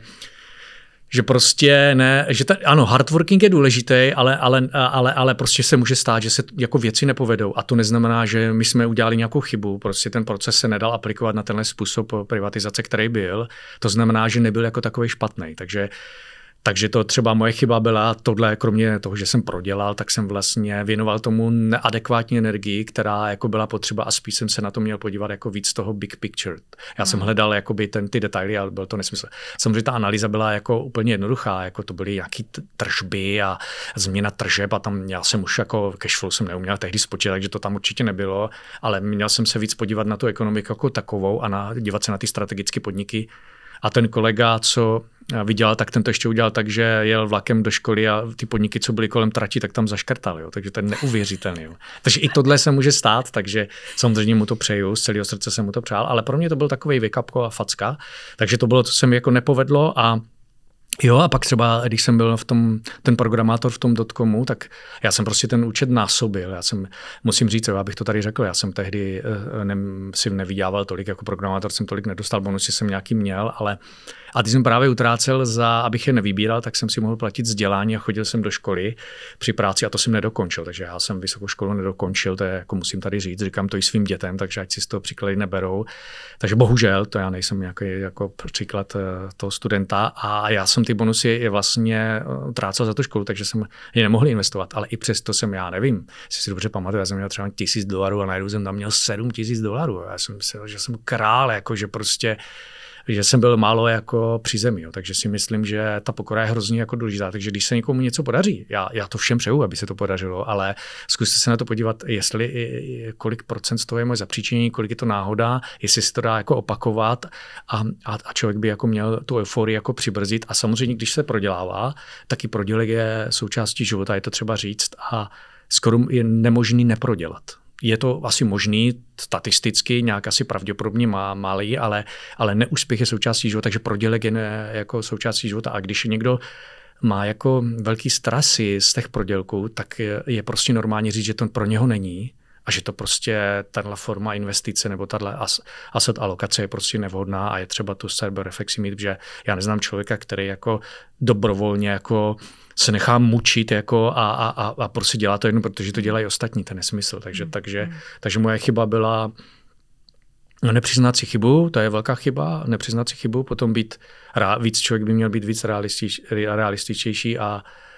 že prostě ne, že ta, ano, hard working je důležitý, ale, ale, ale, ale prostě se může stát, že se jako věci nepovedou a to neznamená, že my jsme udělali nějakou chybu, prostě ten proces se nedal aplikovat na tenhle způsob privatizace, který byl, to znamená, že nebyl jako takový špatný, takže Takže to třeba moje chyba byla tohle, kromě toho, že jsem prodělal, tak jsem vlastně věnoval tomu neadekvátní energii, která jako byla potřeba a spíš jsem se na to měl podívat jako víc toho big picture. Já hmm. jsem hledal jakoby ten, ty detaily, ale byl to nesmysl. Samozřejmě ta analýza byla jako úplně jednoduchá, jako to byly nějaký tržby a změna tržeb a tam já jsem už jako cashflow jsem neuměl tehdy spočítat, takže to tam určitě nebylo, ale měl jsem se víc podívat na tu ekonomiku jako takovou a na, dívat se na ty strategické podniky. A ten kolega, co vydělal, tak ten to ještě udělal tak, že jel vlakem do školy a ty podniky, co byly kolem trati, tak tam zaškrtal. Jo. Takže to je neuvěřitelný. Jo. Takže i tohle se může stát, takže samozřejmě mu to přeju, z celého srdce jsem mu to přál, ale pro mě to byl takový wake-up a facka. Takže to bylo, co se mi jako nepovedlo a jo, a pak třeba, když jsem byl v tom, ten programátor v tom dotcomu, tak já jsem prostě ten účet násobil. Já jsem, musím říct, jo, abych to tady řekl, já jsem tehdy ne, si nevydělával tolik, jako programátor jsem tolik nedostal, bonusy jsem nějaký měl, ale a když jsem právě utrácel za, abych je nevybíral, tak jsem si mohl platit vzdělání a chodil jsem do školy při práci a to jsem nedokončil, takže já jsem vysokou školu nedokončil, to je, jako musím tady říct, říkám to i svým dětem, takže ať si z toho příklady neberou. Takže bohužel, to já nejsem nějaký jako příklad toho studenta a já jsem ty bonusy je vlastně utrácel za tu školu, takže jsem je nemohl investovat, ale i přesto jsem, já nevím, jestli si dobře pamatuju, já jsem měl třeba tisíc dolarů a najednou jsem tam měl sedm tisíc dolarů. Já jsem myslel, že jsem král, jako že prostě že jsem byl málo jako při zemi, jo. Takže si myslím, že ta pokora je hrozně jako důležitá. Takže když se někomu něco podaří, já, já to všem přeju, aby se to podařilo, ale zkuste se na to podívat, jestli kolik procent z toho je moje zapříčinění, kolik je to náhoda, jestli se to dá jako opakovat a, a, a člověk by jako měl tu euforii jako přibrzdit. A samozřejmě, když se prodělává, tak i prodělek je součástí života, je to třeba říct a skoro je nemožný neprodělat. Je to asi možný, statisticky nějak asi pravděpodobně má, malý, ale, ale neúspěch je součástí života, takže prodělek je ne, jako součástí života. A když je někdo má jako velký strasy z těch prodělků, tak je, je prostě normálně říct, že to pro něho není a že to prostě tahle forma investice nebo tahle asset alokace je prostě nevhodná a je třeba tu sebereflexi mít, že já neznám člověka, který jako dobrovolně jako se nechá mučit jako a, a, a, a prostě dělá to jenom, protože to dělají ostatní, ten nesmysl. Takže, mm. takže, takže moje chyba byla nepřiznat si chybu, to je velká chyba, nepřiznat si chybu, potom být víc, člověk by měl být víc realistič, realističtější a,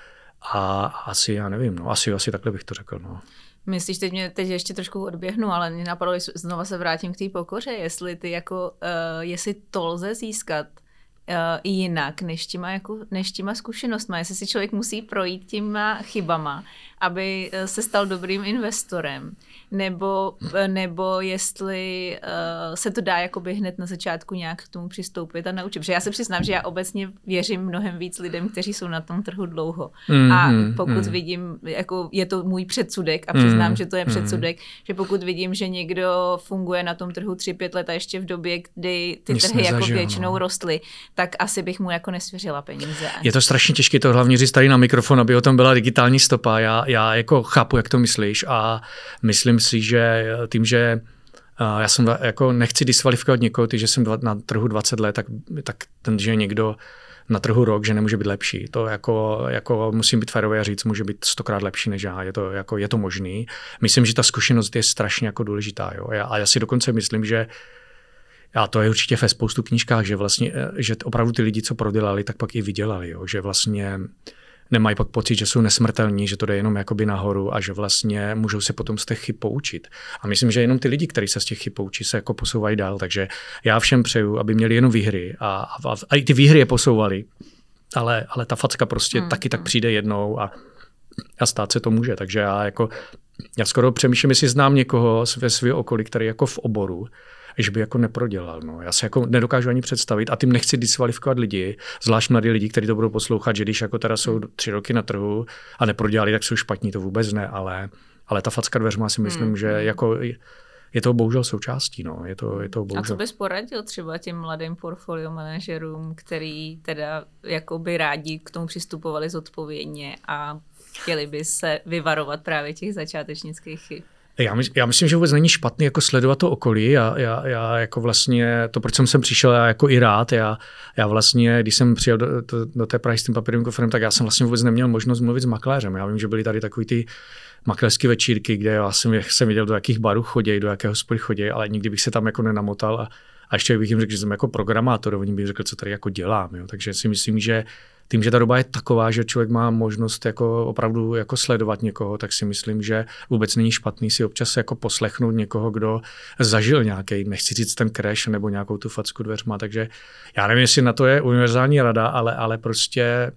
a asi, já nevím, no, asi, asi takhle bych to řekl. No. Myslíš, teď mě teď ještě trošku odběhnu, ale mě napadlo, znova se vrátím k té pokoře, jestli ty jako, uh, jestli to lze získat uh, i jinak, než těma, jako, než těma zkušenostma, jestli si člověk musí projít těma chybama, aby se stal dobrým investorem, nebo, nebo jestli uh, se to dá jakoby hned na začátku nějak k tomu přistoupit a naučit. Protože já se přiznám, že já obecně věřím mnohem víc lidem, kteří jsou na tom trhu dlouho. Mm-hmm, a pokud mm. vidím, jako je to můj předsudek a přiznám, mm, že to je předsudek, mm. že pokud vidím, že někdo funguje na tom trhu tři pět let a ještě v době, kdy ty Nic trhy nezažil, jako většinou no. rostly, tak asi bych mu jako nesvěřila peníze. Je to strašně těžké to hlavně říct tady na mikrofon, aby o tom byla digitální stopa. Já, já jako chápu, jak to myslíš a myslím si, že tím, že uh, já jsem jako nechci diskvalifikovat někoho, tím, že jsem dva, na trhu dvacet let, tak, tak ten, že někdo na trhu rok, že nemůže být lepší. To jako, jako musím být férový a říct, může být stokrát lepší než já. Je to, jako, je to možný. Myslím, že ta zkušenost je strašně jako důležitá. Jo? Já, a já si dokonce myslím, že a to je určitě ve spoustu knížkách, že vlastně, že opravdu ty lidi, co prodělali, tak pak i vydělali. Jo? Že vlastně nemají pak pocit, že jsou nesmrtelní, že to jde jenom jakoby nahoru a že vlastně můžou se potom z těch chyb poučit. A myslím, že jenom ty lidi, kteří se z těch chyb poučí, se jako posouvají dál. Takže já všem přeju, aby měli jenom výhry a, a, a i ty výhry je posouvali, ale, ale ta facka prostě hmm. taky tak přijde jednou a, a stát se to může. Takže já jako, já skoro přemýšlím, jestli znám někoho ve svého okolí, který jako v oboru, že by jako neprodělal. No. Já si jako nedokážu ani představit a tím nechci diskvalifikovat lidi, zvlášť mladí lidi, kteří to budou poslouchat, že když jako teda jsou tři roky na trhu a neprodělali, tak jsou špatní, to vůbec ne, ale, ale ta facka dveřma si myslím, hmm. že jako je to bohužel součástí. No. Je to, je to bohužel. A co bys poradil třeba těm mladým portfolio manažerům, který teda jako by rádi k tomu přistupovali zodpovědně a chtěli by se vyvarovat právě těch začátečnických chyb? Já, my, já myslím, že vůbec není špatný jako sledovat to okolí. Já, já, já jako vlastně, to, proč jsem sem přišel, já jako i rád. Já, já vlastně, když jsem přijel do, do, do té Prahy s tím papírovým kofrem, tak já jsem vlastně vůbec neměl možnost mluvit s makléřem. Já vím, že byly tady takový ty makléřské večírky, kde já jsem, jsem viděl, do jakých barů chodí, do jakého hospody chodí, ale nikdy bych se tam jako nenamotal a, a ještě bych jim řekl, že jsem jako programátor, oni bych řekl, co tady jako dělám. Jo. Takže si myslím, že tím, že ta doba je taková, že člověk má možnost jako opravdu jako sledovat někoho, tak si myslím, že vůbec není špatný si občas jako poslechnout někoho, kdo zažil nějaký, nechci říct ten crash nebo nějakou tu facku dveřma, takže já nevím, jestli na to je univerzální rada, ale, ale prostě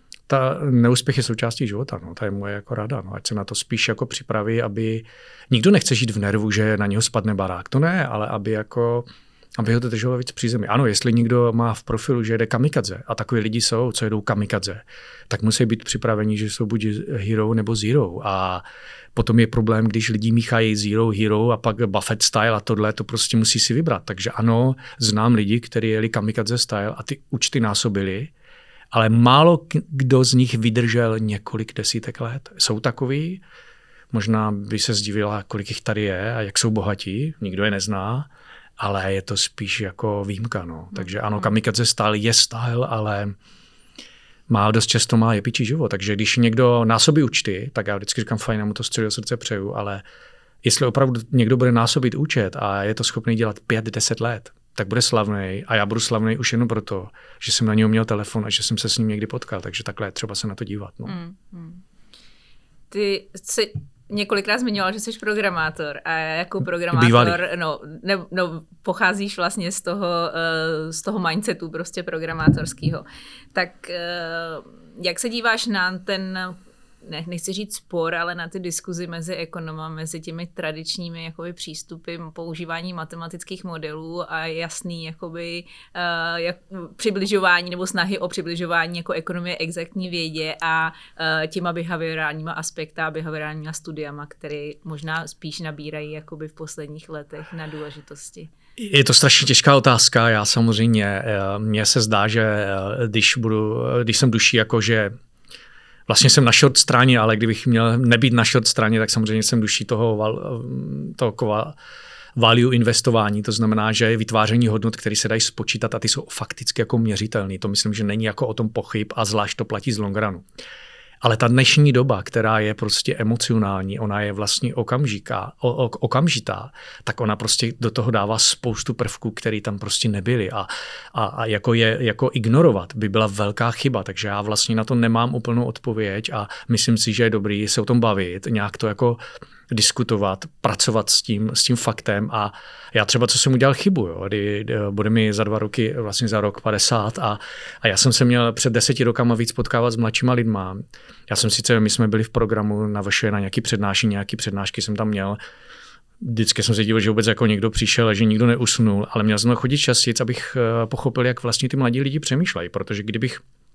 ta neúspěch je součástí života, no, to je moje jako rada, no, ať se na to spíš jako připraví, aby nikdo nechce žít v nervu, že na něho spadne barák, to ne, ale aby jako aby ho to drželo víc při zemi. Ano, jestli někdo má v profilu, že jede kamikadze, a takový lidi jsou, co jedou kamikadze, tak musí být připraveni, že jsou buď hero nebo zero. A potom je problém, když lidi míchají zero, hero a pak Buffett style a tohle, to prostě musí si vybrat. Takže ano, znám lidi, kteří jeli kamikadze style a ty účty násobili, ale málo kdo z nich vydržel několik desítek let. Jsou takový, možná by se zdivila, kolik jich tady je a jak jsou bohatí, nikdo je nezná, ale je to spíš jako výjimka. No. Takže ano, kamikadze style je style, ale má dost často má jepičí život. Takže když někdo násobí účty, tak já vždycky říkám, fajn, já mu to z celého srdce přeju, ale jestli opravdu někdo bude násobit účet a je to schopný dělat pět deset let, tak bude slavnej a já budu slavnej už jenom proto, že jsem na něho měl telefon a že jsem se s ním někdy potkal. Takže takhle je třeba se na to dívat. No. Mm, mm. Ty jsi několikrát zmiňoval, že jsi programátor a jako programátor, no, ne, no, pocházíš vlastně z toho, z toho mindsetu prostě programátorského. Tak jak se díváš na ten, ne, nechci říct spor, ale na ty diskuzi mezi ekonomy, mezi těmi tradičními jakoby, přístupy používání matematických modelů a jasný jakoby, uh, jak, přibližování nebo snahy o přibližování jako ekonomie exaktní vědě a uh, těma behaviorálníma aspekty a behaviorálníma studiama, které možná spíš nabírají jakoby, v posledních letech na důležitosti. Je to strašně těžká otázka. Já samozřejmě, mně se zdá, že když, budu, když jsem duší jako, že vlastně jsem na short straně, ale kdybych měl nebýt na short straně, tak samozřejmě jsem duší toho, toho kova, value investování, to znamená, že je vytváření hodnot, které se dají spočítat a ty jsou fakticky jako měřitelné. To myslím, že není jako o tom pochyb a zvlášť to platí z long runu. Ale ta dnešní doba, která je prostě emocionální, ona je vlastně okamžitá, o, o, okamžitá, tak ona prostě do toho dává spoustu prvků, které tam prostě nebyly. A, a, a jako je jako ignorovat by byla velká chyba, takže já vlastně na to nemám úplnou odpověď a myslím si, že je dobrý se o tom bavit, nějak to jako diskutovat, pracovat s tím, s tím faktem a já třeba, co jsem udělal chybu, jo, kdy, kdy bude mi za dva roky, vlastně za rok padesát a, a já jsem se měl před deseti rokama víc potkávat s mladšíma lidma. Já jsem sice, my jsme byli v programu na V Š na nějaký přednášení, nějaký přednášky jsem tam měl. Vždycky jsem se díval, že vůbec jako někdo přišel a že nikdo neusnul, ale měl jsem chodit častěji, abych pochopil, jak vlastně ty mladí lidi přemýšlejí, protože kdybych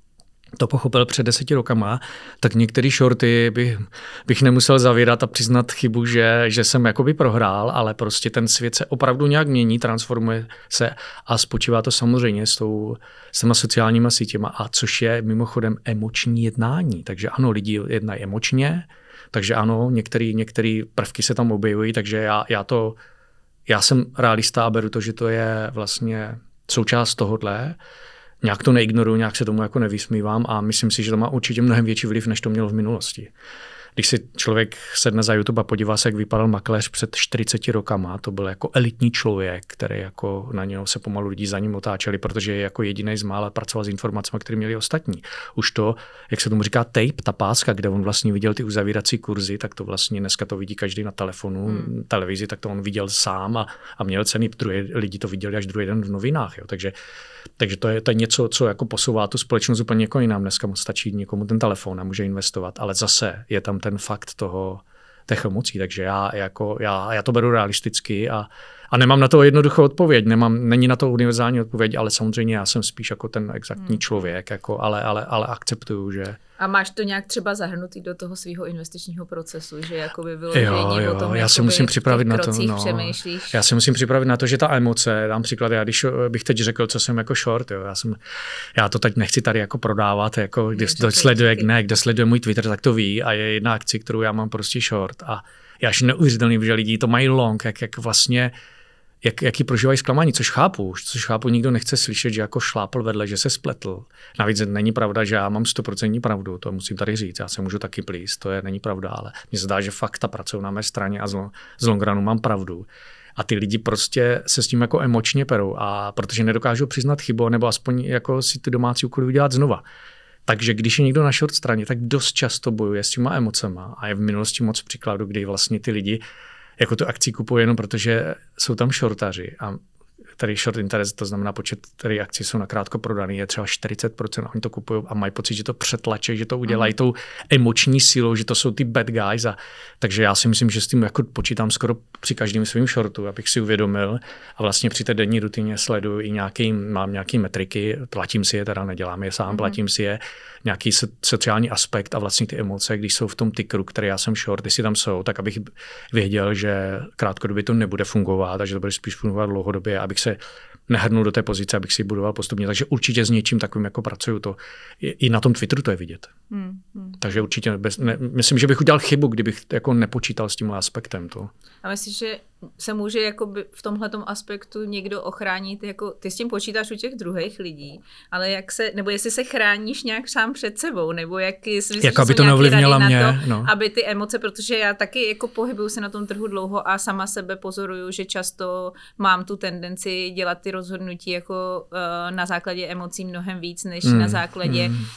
to pochopil před deseti rokama, tak některé shorty bych, bych nemusel zavírat a přiznat chybu, že, že jsem jakoby prohrál, ale prostě ten svět se opravdu nějak mění, transformuje se a spočívá to samozřejmě s, tou, s těma sociálníma sítěma, a což je mimochodem emoční jednání. Takže ano, lidi jednají emočně, takže ano, některé některé prvky se tam objevují, takže já, já to, já jsem realista a beru to, že to je vlastně součást tohodle. Nějak to neignoruju, nějak se tomu jako nevysmívám a myslím si, že to má určitě mnohem větší vliv, než to mělo v minulosti. Když si člověk sedne za YouTube a podívá se, jak vypadal makléř před čtyřiceti rokama, to byl jako elitní člověk, který jako na něho se pomalu lidi za ním otáčeli, protože je jako jediný z mála pracoval s informacemi, které měli ostatní. Už to, jak se tomu říká tape, ta páska, kde on vlastně viděl ty uzavírací kurzy, tak to vlastně dneska to vidí každý na telefonu, hmm. televizi, tak to on viděl sám a, a měl ceny, druhý, lidi to viděli až druhý den v novinách. Jo. Takže, takže to je, to je něco, co jako posouvá tu společnost úplně jako jinam. Dneska mu stačí někomu ten telefon a může investovat, ale zase je tam ten fakt toho, těch emocí, takže já, jako, já, já to beru realisticky a, a nemám na to jednoduchou odpověď, nemám, není na to univerzální odpověď, ale samozřejmě já jsem spíš jako ten exaktní hmm. člověk, jako, ale, ale, ale akceptuju, že... A máš to nějak třeba zahrnutý do toho svého investičního procesu, že jakoby vyložení jo, jo, o tom, já se musím připravit na to, no, přemýšlíš? Já se musím připravit na to, že ta emoce, dám příklad, já když bych teď řekl, co jsem jako short, jo, já jsem, já to teď nechci tady jako prodávat, jako kdo, kdo sleduje, ne, kdo sleduje můj Twitter, tak to ví a je jedna akce, kterou já mám prostě short a já až neuvěřitelný, že lidi to mají long, jak, jak vlastně Jak, jaký prožívají zklamání, což chápu, což chápu, nikdo nechce slyšet, že jako šlápl vedle, že se spletl. Navíc není pravda, že já mám stoprocentní pravdu, to musím tady říct, já se můžu taky plíst, to je, není pravda, ale mně se dá, že fakt ta pracují na mé straně a z, z long runu mám pravdu. A ty lidi prostě se s tím jako emočně perou, a protože nedokážou přiznat chybu, nebo aspoň jako si ty domácí úkoly udělat znova. Takže když je někdo na short straně, tak dost často bojuje s těma emocema a je v minulosti moc příkladů, kdy vlastně ty lidi jako tu akci kupují jenom protože jsou tam shortaři a tady short interest, to znamená počet, které akci jsou nakrátko prodaný, je třeba čtyřicet procent a oni to kupují a mají pocit, že to přetlačí, že to udělají mm. tou emoční sílou, že to jsou ty bad guys. A, takže já si myslím, že s tím jako počítám skoro při každém svým shortu, abych si uvědomil a vlastně při té denní rutině sleduju i nějaký, mám nějaké metriky, platím si je, teda nedělám je sám, mm. platím si je, nějaký sociální aspekt a vlastně ty emoce, když jsou v tom tikeru, který já jsem short, jestli tam jsou, tak abych věděl, že krátkodobě to nebude fungovat a že to bude spíš fungovat dlouhodobě, abych se nehrnul do té pozice, abych si ji budoval postupně. Takže určitě s něčím takovým jako pracuju. To i na tom Twitteru to je vidět. Hmm, hmm. Takže určitě bez, ne, myslím, že bych udělal chybu, kdybych jako nepočítal s tímhle aspektem. To. A myslíš, že se může jakoby v tomhletom aspektu někdo ochránit, jako ty s tím počítáš u těch druhých lidí, ale jak se, nebo jestli se chráníš nějak sám před sebou, nebo jak myslíš, jak aby to neovlivnila mě, na to, no. aby ty emoce, protože já taky jako pohybuju se na tom trhu dlouho a sama sebe pozoruju, že často mám tu tendenci dělat ty rozhodnutí jako uh, na základě emocí mnohem víc, než mm, na základě mm. uh,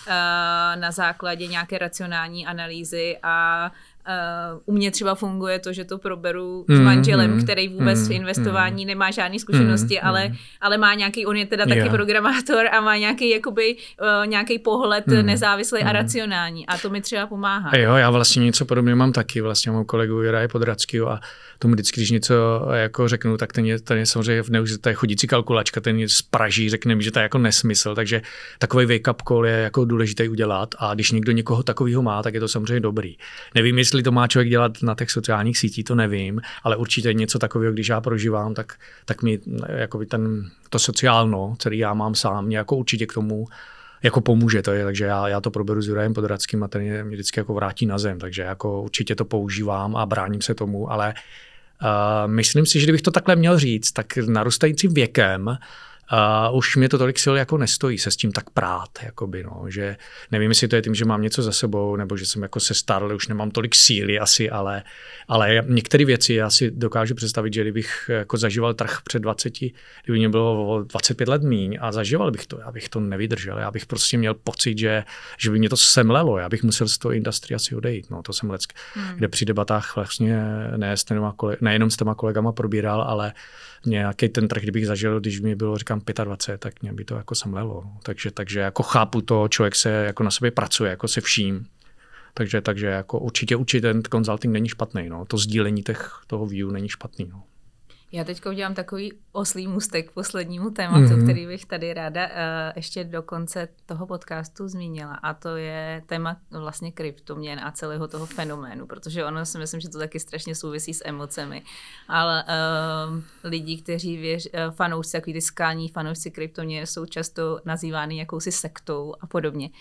na základě nějaké racionální analýzy a Uh, u mě třeba funguje to, že to proberu mm, s manželem, mm, který vůbec mm, v investování mm, nemá žádné zkušenosti, mm, ale, ale má nějaký, on je teda taky yeah. programátor a má nějaký jakoby uh, nějaký pohled mm, nezávislý mm. a racionální a to mi třeba pomáhá. A jo, já vlastně něco podobného mám taky, vlastně mám kolegu Jiraje Podradskýho a tomu vždycky, když něco jako řeknu, tak ten je, ten je samozřejmě v neužité chodící kalkulačka, ten je spraží, řekne mi, že to je jako nesmysl, takže takový wake-up call je jako důležitý udělat a když někdo někoho takového má, tak je to samozřejmě dobrý. Nevím, jestli to má člověk dělat na těch sociálních sítích, to nevím, ale určitě něco takového, když já prožívám, tak, tak mi jakoby ten, to sociálno, který já mám sám, mě jako určitě k tomu jako pomůže to je, takže já, já to proberu s Jurajem Podradským a ten mě vždycky jako vrátí na zem, takže jako určitě to používám a bráním se tomu, ale uh, myslím si, že kdybych to takhle měl říct, tak narůstajícím věkem Uh, už mě to tolik sil jako nestojí se s tím tak prát, jakoby, no, že nevím, jestli to je tím, že mám něco za sebou, nebo že jsem jako se starl, už nemám tolik síly asi, ale, ale některé věci já si dokážu představit, že kdybych jako zažíval trh před dvaceti, kdyby mě bylo dvacet pět let míň a zažíval bych to, já bych to nevydržel, já bych prostě měl pocit, že, že by mě to semlelo, já bych musel z toho industrie asi odejít, no, to jsem leck, hmm. kde při debatách vlastně ne s těma kole, nejenom s těma kolegama probíral, ale nějaký ten trh, kdybych zažil, když mi bylo, říkám, dvacet pět, tak mě by to jako semlelo. Takže, takže jako chápu to, člověk se jako na sobě pracuje, jako se vším. Takže, takže jako určitě, určitě ten consulting není špatný, no. To sdílení těch, toho view není špatný, no. Já teď udělám takový oslý můstek k poslednímu tématu, mm-hmm. který bych tady ráda uh, ještě do konce toho podcastu zmínila, a to je téma vlastně kryptoměn a celého toho fenoménu, protože ono si myslím, že to taky strašně souvisí s emocemi, ale uh, lidi, kteří věř, uh, fanoušci, takový ty skální fanoušci kryptoměn jsou často nazývány jakousi sektou a podobně.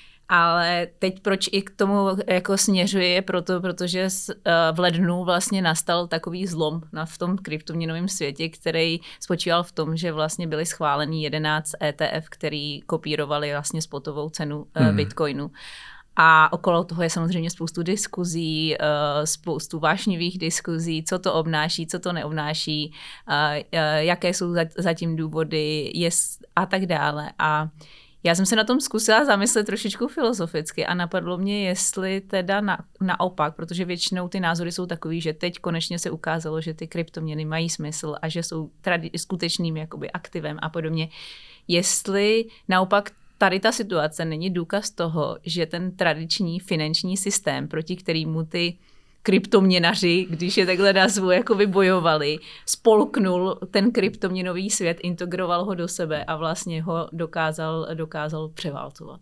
Ale teď proč i k tomu jako směřuje je proto, protože v lednu vlastně nastal takový zlom na, v tom kryptoměnovém světě, který spočíval v tom, že vlastně byly schváleny jedenáct E T F, který kopírovali vlastně spotovou cenu hmm. Bitcoinu. A okolo toho je samozřejmě spoustu diskuzí, spoustu vášnivých diskuzí, co to obnáší, co to neobnáší, jaké jsou zatím důvody a tak dále. A já jsem se na tom zkusila zamyslet trošičku filozoficky a napadlo mě, jestli teda na, naopak, protože většinou ty názory jsou takový, že teď konečně se ukázalo, že ty kryptoměny mají smysl a že jsou tradi- skutečným jakoby aktivem a podobně. Jestli naopak tady ta situace není důkaz toho, že ten tradiční finanční systém, proti kterému ty kryptoměnaři, když je takhle nazvu, jako vybojovali, spolknul ten kryptoměnový svět, integroval ho do sebe a vlastně ho dokázal, dokázal převálcovat.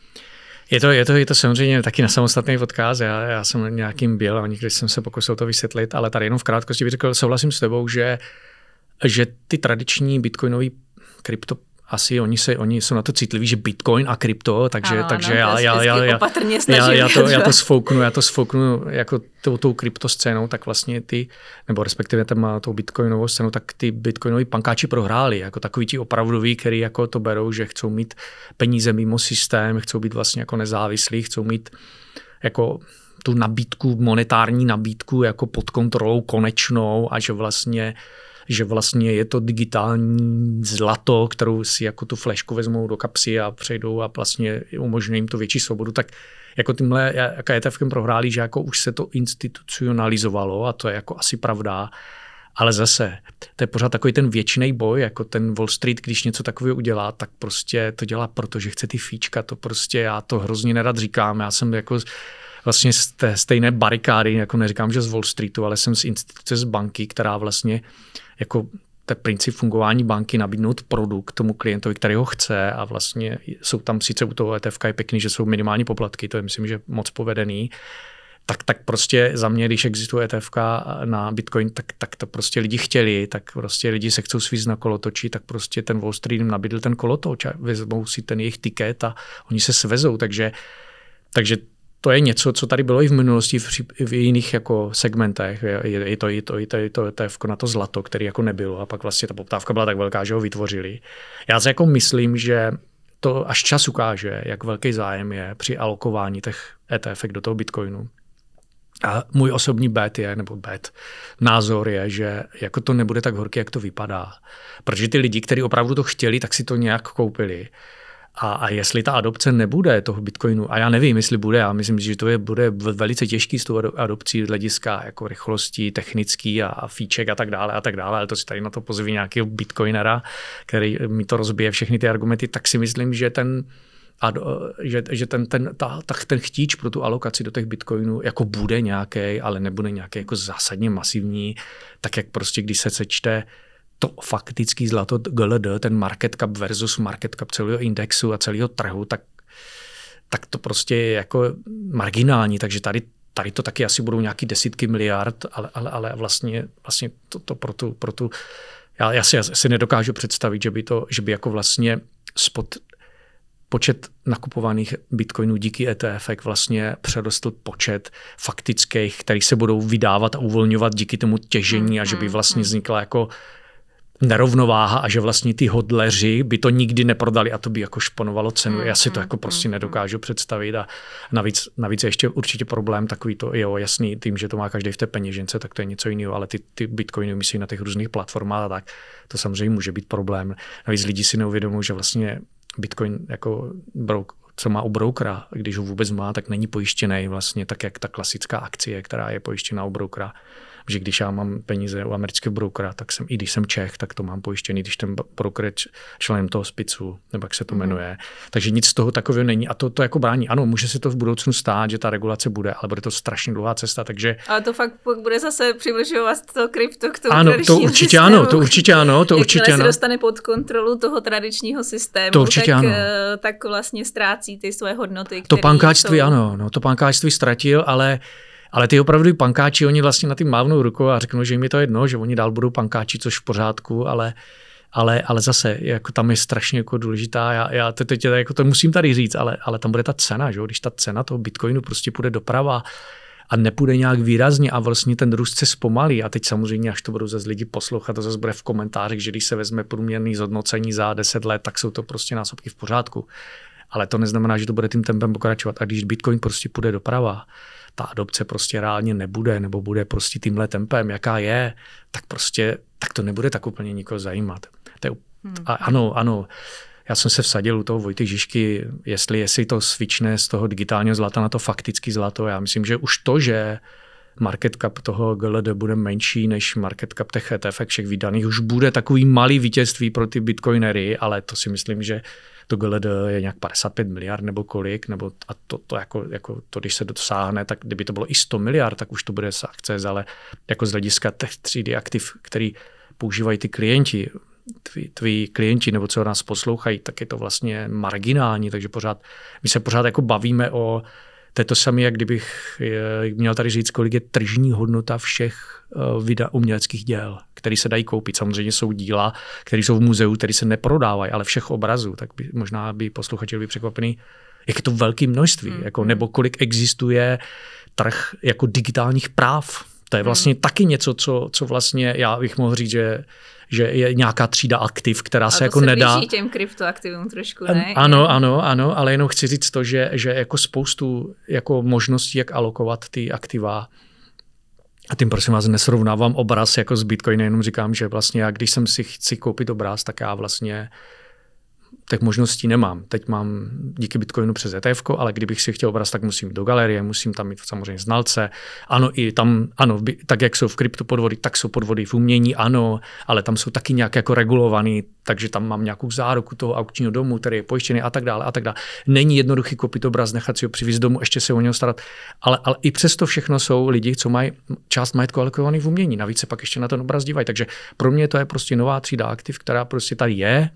Je to, je, to, je to samozřejmě taky na samostatný podcast, já, já jsem nějakým byl a někdy jsem se pokusil to vysvětlit, ale tady jenom v krátkosti bych řekl, souhlasím s tebou, že, že ty tradiční bitcoinový krypto asi oni, se, oni jsou na to citliví, že Bitcoin a krypto, takže, ano, takže ano, já, já, já, já, já, já, to, já to sfouknu, já to sfouknu jako tou, tou kryptoscénou, tak vlastně ty, nebo respektive tam tou bitcoinovou scénou, tak ty bitcoinoví pankáči prohráli, jako takový ti opravdoví, který jako to berou, že chcou mít peníze mimo systém, chcou být vlastně jako nezávislí, chcou mít jako tu nabídku, monetární nabídku jako pod kontrolou konečnou a že vlastně že vlastně je to digitální zlato, kterou si jako tu flešku vezmou do kapsy a přejdou a vlastně umožňuje jim to větší svobodu, tak jako tímhle jako ETFkem prohráli, že jako už se to institucionalizovalo a to je jako asi pravda, ale zase to je pořád takový ten věčný boj, jako ten Wall Street, když něco takového udělá, tak prostě to dělá proto, že chce ty fíčka, to prostě já to hrozně nerad říkám, já jsem jako vlastně z té stejné barikády, jako neříkám, že z Wall Streetu, ale jsem z instituce z banky, která vlastně jako ten princip fungování banky nabídnout produkt tomu klientovi, který ho chce a vlastně jsou tam sice u toho E T F je pěkný, že jsou minimální poplatky, to je myslím, že moc povedený, tak, tak prostě za mě, když existuje E T F na Bitcoin, tak, tak to prostě lidi chtěli, tak prostě lidi se chcou svízt na kolotoči, tak prostě ten Wall Street jim nabídl ten kolotoč a vezmou si ten jejich tiket a oni se svezou, takže, takže to je něco, co tady bylo i v minulosti v, v jiných jako segmentech. Je, je to i to, je to, je to, je to na to zlato, který jako nebylo a pak vlastně ta poptávka byla tak velká, že ho vytvořili. Já si jako myslím, že to až čas ukáže, jak velký zájem je při alokování těch E T F do toho Bitcoinu. A můj osobní bet je, nebo bet, názor je, že jako to nebude tak horké, jak to vypadá. Protože ty lidi, kteří opravdu to chtěli, tak si to nějak koupili. A, a jestli ta adopce nebude toho Bitcoinu, a já nevím, jestli bude, já myslím, že to je, bude velice těžký s tou adopcí hlediska jako rychlosti, technický a, a fíček a tak dále a tak dále, ale to si tady na to pozví nějakého bitcoinera, který mi to rozbije všechny ty argumenty, tak si myslím, že ten a že, že ten, ten, ta, ta, ten chtíč pro tu alokaci do těch bitcoinů jako bude nějaký, ale nebude nějaký jako zásadně masivní, tak jak prostě když se sečte to faktický zlato G L D, ten market cap versus market cap celého indexu a celého trhu, tak, tak to prostě je jako marginální, takže tady, tady to taky asi budou nějaký desítky miliard, ale, ale, ale vlastně, vlastně to, to pro tu, pro tu já, já si asi nedokážu představit, že by to, že by jako vlastně spod počet nakupovaných bitcoinů díky E T F vlastně přerostl počet faktických, který se budou vydávat a uvolňovat díky tomu těžení a že by vlastně vznikla jako nerovnováha a že vlastně ty hodleři by to nikdy neprodali a to by jako šponovalo cenu. Já si to jako prostě nedokážu představit a navíc, navíc je ještě určitě problém takový to, jo, jasný, tím, že to má každý v té peněžence, tak to je něco jiného, ale ty, ty bitcoiny myslí na těch různých platformách a tak, to samozřejmě může být problém. Navíc lidi si neuvědomují, že vlastně bitcoin jako brouk, co má u brokera, když ho vůbec má, tak není pojištěný vlastně tak, jak ta klasická akcie, která je pojištěná u brokera. Že když já mám peníze u amerického brokera, tak jsem, i když jsem Čech, tak to mám pojištěný, když ten broker je členem toho spicu, nebo jak se to jmenuje. Mm. Takže nic z toho takového není a to, to jako brání. Ano, může se to v budoucnu stát, že ta regulace bude, ale bude to strašně dlouhá cesta, takže... Ale to fakt bude zase přibližovat to krypto k tomu ano, tradičnímu to určitě systému. Ano, to určitě ano, to určitě ano. se dostane pod kontrolu toho tradičního systému, to určitě tak, ano. tak vlastně ztrácí ty své hodnoty, To pankáčství jsou... ano, no, to pankáčství ztratil, ale Ale ty opravdu pankáči, oni vlastně na tím mávnou rukou a řeknou, že jim je to jedno, že oni dál budou pankáči, což v pořádku, ale, ale, ale zase jako tam je strašně jako důležitá, já, já to, teď, jako to musím tady říct, ale, ale tam bude ta cena, že? Když ta cena toho bitcoinu prostě půjde doprava a nepůjde nějak výrazně a vlastně ten růst se zpomalí a teď samozřejmě, až to budou zase lidi poslouchat, to zase bude v komentářích, že když se vezme průměrný zhodnocení za deset let, tak jsou to prostě násobky v pořádku. Ale to neznamená, že to bude tím tempem pokračovat. A když bitcoin prostě půjde doprava, ta adopce prostě reálně nebude, nebo bude prostě tímhle tempem, jaká je, tak prostě, tak to nebude tak úplně nikoho zajímat. To je, a ano, ano, já jsem se vsadil u toho Vojty Žižky, jestli, jestli to switchne z toho digitálního zlata na to faktický zlato. Já myslím, že už to, že market cap toho G L D bude menší než market cap těch E T F všech vydaných, už bude takový malý vítězství pro ty bitcoinery, ale to si myslím, že to G L D je nějak padesát pět miliard nebo kolik, nebo a to, to, jako, jako to, když se dosáhne, tak kdyby to bylo i sto miliard, tak už to bude akce, ale jako z hlediska těch tří D aktiv, který používají ty klienti, tví, tví klienti, nebo co nás poslouchají, tak je to vlastně marginální, takže pořád, my se pořád jako bavíme o to je to samé, jak kdybych měl tady říct, kolik je tržní hodnota všech vida uměleckých děl, které se dají koupit. Samozřejmě jsou díla, které jsou v muzeu, které se neprodávají, ale všech obrazů. Tak by, možná by posluchači byli překvapený, jak je to velké množství, mm. jako, nebo kolik existuje trh jako digitálních práv. To je vlastně mm. taky něco, co, co vlastně já bych mohl říct, že že je nějaká třída aktiv, která se jako nedá... A to se těm kryptoaktivům trošku, ne? Ano, ano, ano, ale jenom chci říct to, že, že jako spoustu jako možností, jak alokovat ty aktiva. A tím prosím vás nesrovnávám obraz jako s Bitcoinem, jenom říkám, že vlastně já, když jsem si chci koupit obraz, tak já vlastně těch možností nemám. Teď mám díky Bitcoinu přes E T F, ale kdybych si chtěl obraz, tak musím do galerie, musím tam mít samozřejmě znalce. Ano, i tam, ano, tak jak jsou v kryptopodvody, tak jsou podvody v umění, ano, ale tam jsou taky nějak jako regulovaný, takže tam mám nějakou záruku toho aukčního domu, který je pojištěný a tak dále a tak dále. Není jednoduchý koupit obraz, nechat si ho přivést domů, ještě se o něho starat, ale, ale i přesto všechno jsou lidi, co mají část majetku alokovaný v umění, navíc se pak ještě na ten obraz dívají, takže pro mě to je prostě nová třída aktiv, která prostě tady je.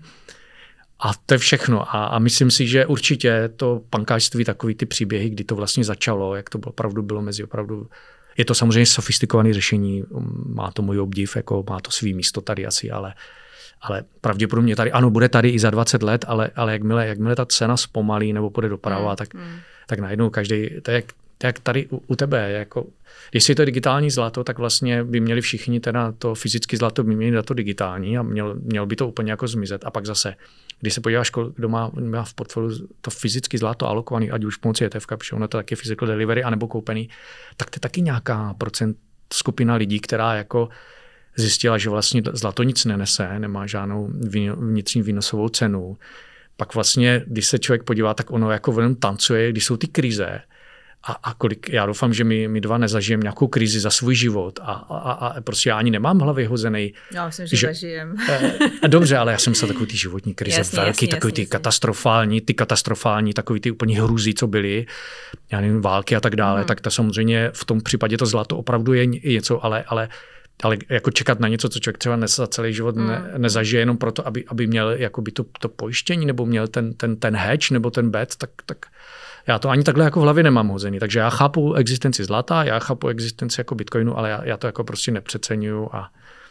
A to je všechno. A, a myslím si, že určitě to pankářství, takový ty příběhy, kdy to vlastně začalo, jak to bylo, opravdu bylo mezi opravdu... Je to samozřejmě sofistikované řešení, má to můj obdiv, jako má to svý místo tady asi, ale, ale pravděpodobně tady, ano, bude tady i za dvacet let, ale, ale jakmile, jakmile ta cena zpomalí nebo půjde doprava, mm, tak, mm. tak najednou každý, to je jak, to je jak tady u, u tebe, jako, když je to digitální zlato, tak vlastně by měli všichni teda to fyzické zlato by měli na to digitální a měl, měl by to úplně jako zmizet. A pak zase, když se podíváš, kdo má, má v portfoliu to fyzické zlato alokovaný, ať už pomocí E T F, protože ono to taky physical delivery, anebo koupený, tak to je taky nějaká procent skupina lidí, která jako zjistila, že vlastně zlato nic nenese, nemá žádnou vnitřní výnosovou cenu. Pak vlastně, když se člověk podívá, tak ono jako jenom tancuje, když jsou ty krize. A, a kolik, já doufám, že my, my dva nezažijeme nějakou krizi za svůj život a, a, a prostě já ani nemám hlavě hozený. Já myslím, že, že zažijem. Dobře, ale já jsem se takový ty životní krize, jasně, velký, jasně, takový jasně, ty jasně. katastrofální, ty katastrofální, takový ty úplně hrůzy, co byly, já nevím, války a tak dále, hmm. tak to samozřejmě v tom případě to zlato opravdu je něco, ale, ale ale jako čekat na něco, co člověk třeba za celý život ne, hmm. nezažije jenom proto, aby, aby měl jakoby to, to pojištění nebo měl ten, ten, ten hedge nebo ten bet, tak, tak já to ani takhle jako v hlavě nemám hozený. Takže já chápu existenci zlata, já chápu existenci jako Bitcoinu, ale já, já to jako prostě nepřeceňuju a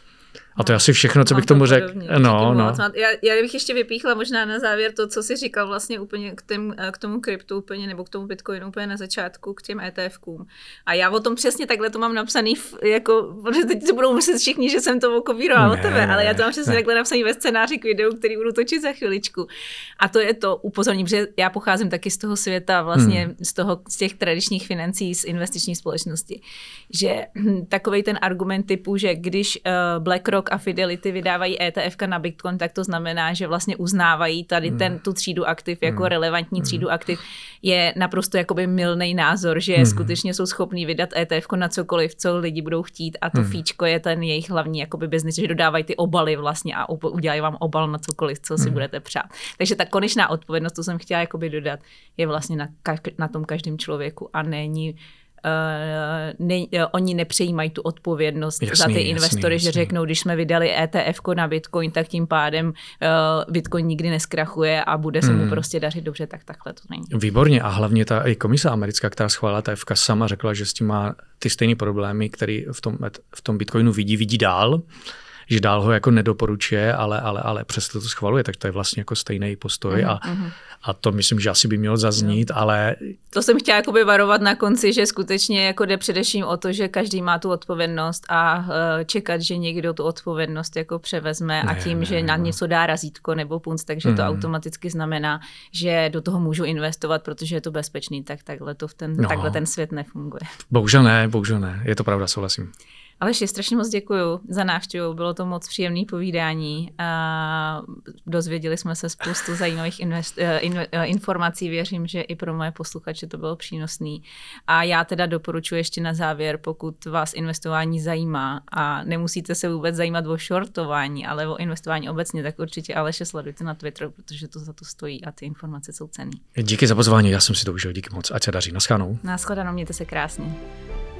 A to je asi všechno, co bych tomu řekl. No, no. Já, já bych ještě vypíchla možná na závěr to, co jsi říkal vlastně úplně k, tém, k tomu kryptu úplně, nebo k tomu Bitcoinu úplně na začátku, k těm ETFkům. A já o tom přesně takhle to mám napsaný, v, jako, protože teď se budou myslet všichni, že jsem to okopírovala od tebe, ale já to mám přesně ne. takhle napsaný ve scénáři k videu, který budu točit za chviličku. A to je to upozorním, že já pocházím taky z toho světa, vlastně hmm. z, toho, z těch tradičních financí, z investiční společnosti, že takovej ten argument typu, že když uh, BlackRock a Fidelity vydávají ETFka na Bitcoin, tak to znamená, že vlastně uznávají tady ten, tu třídu aktiv jako relevantní třídu aktiv, je naprosto jakoby mylnej názor, že hmm. skutečně jsou schopní vydat ETFko na cokoliv, co lidi budou chtít a to hmm. fíčko je ten jejich hlavní jakoby business, že dodávají ty obaly vlastně a udělají vám obal na cokoliv, co si hmm. budete přát. Takže ta konečná odpovědnost, to jsem chtěla jakoby dodat, je vlastně na, ka- na tom každém člověku a není Uh, ne, uh, oni nepřejímají tu odpovědnost jasný, za ty investory, jasný, že jasný. řeknou, když jsme vydali ETFko na Bitcoin, tak tím pádem uh, Bitcoin nikdy neskrachuje a bude se mu hmm. prostě dařit dobře, tak takhle to není. Výborně a hlavně ta i komise americká, která schválila E T F, sama řekla, že s tím má ty stejné problémy, který v tom, v tom Bitcoinu vidí, vidí dál, že dál ho jako nedoporučuje, ale, ale, ale přesto to schvaluje, tak to je vlastně jako stejný postoj a, uh-huh. a to myslím, že asi by mělo zaznít, no. ale... To jsem chtěla jakoby varovat na konci, že skutečně jako jde především o to, že každý má tu odpovědnost a uh, čekat, že někdo tu odpovědnost jako převezme ne, a tím, ne, že ne, na ne. něco dá razítko nebo punc, takže hmm. to automaticky znamená, že do toho můžu investovat, protože je to bezpečný, tak takhle, to v ten, no. takhle ten svět nefunguje. Bohužel ne, bohužel ne, je to pravda, souhlasím. Aleši, strašně moc děkuju za návštěvu, bylo to moc příjemné povídání. A dozvěděli jsme se spoustu zajímavých invest, in, informací, věřím, že i pro moje posluchače to bylo přínosný. A já teda doporučuji ještě na závěr, pokud vás investování zajímá a nemusíte se vůbec zajímat o shortování, ale o investování obecně, tak určitě Aleše sledujte na Twitteru, protože to za to stojí a ty informace jsou cenné. Díky za pozvání, já jsem si to užil, díky moc, ať se daří. Naschledanou. Naschledanou, mějte se krásně.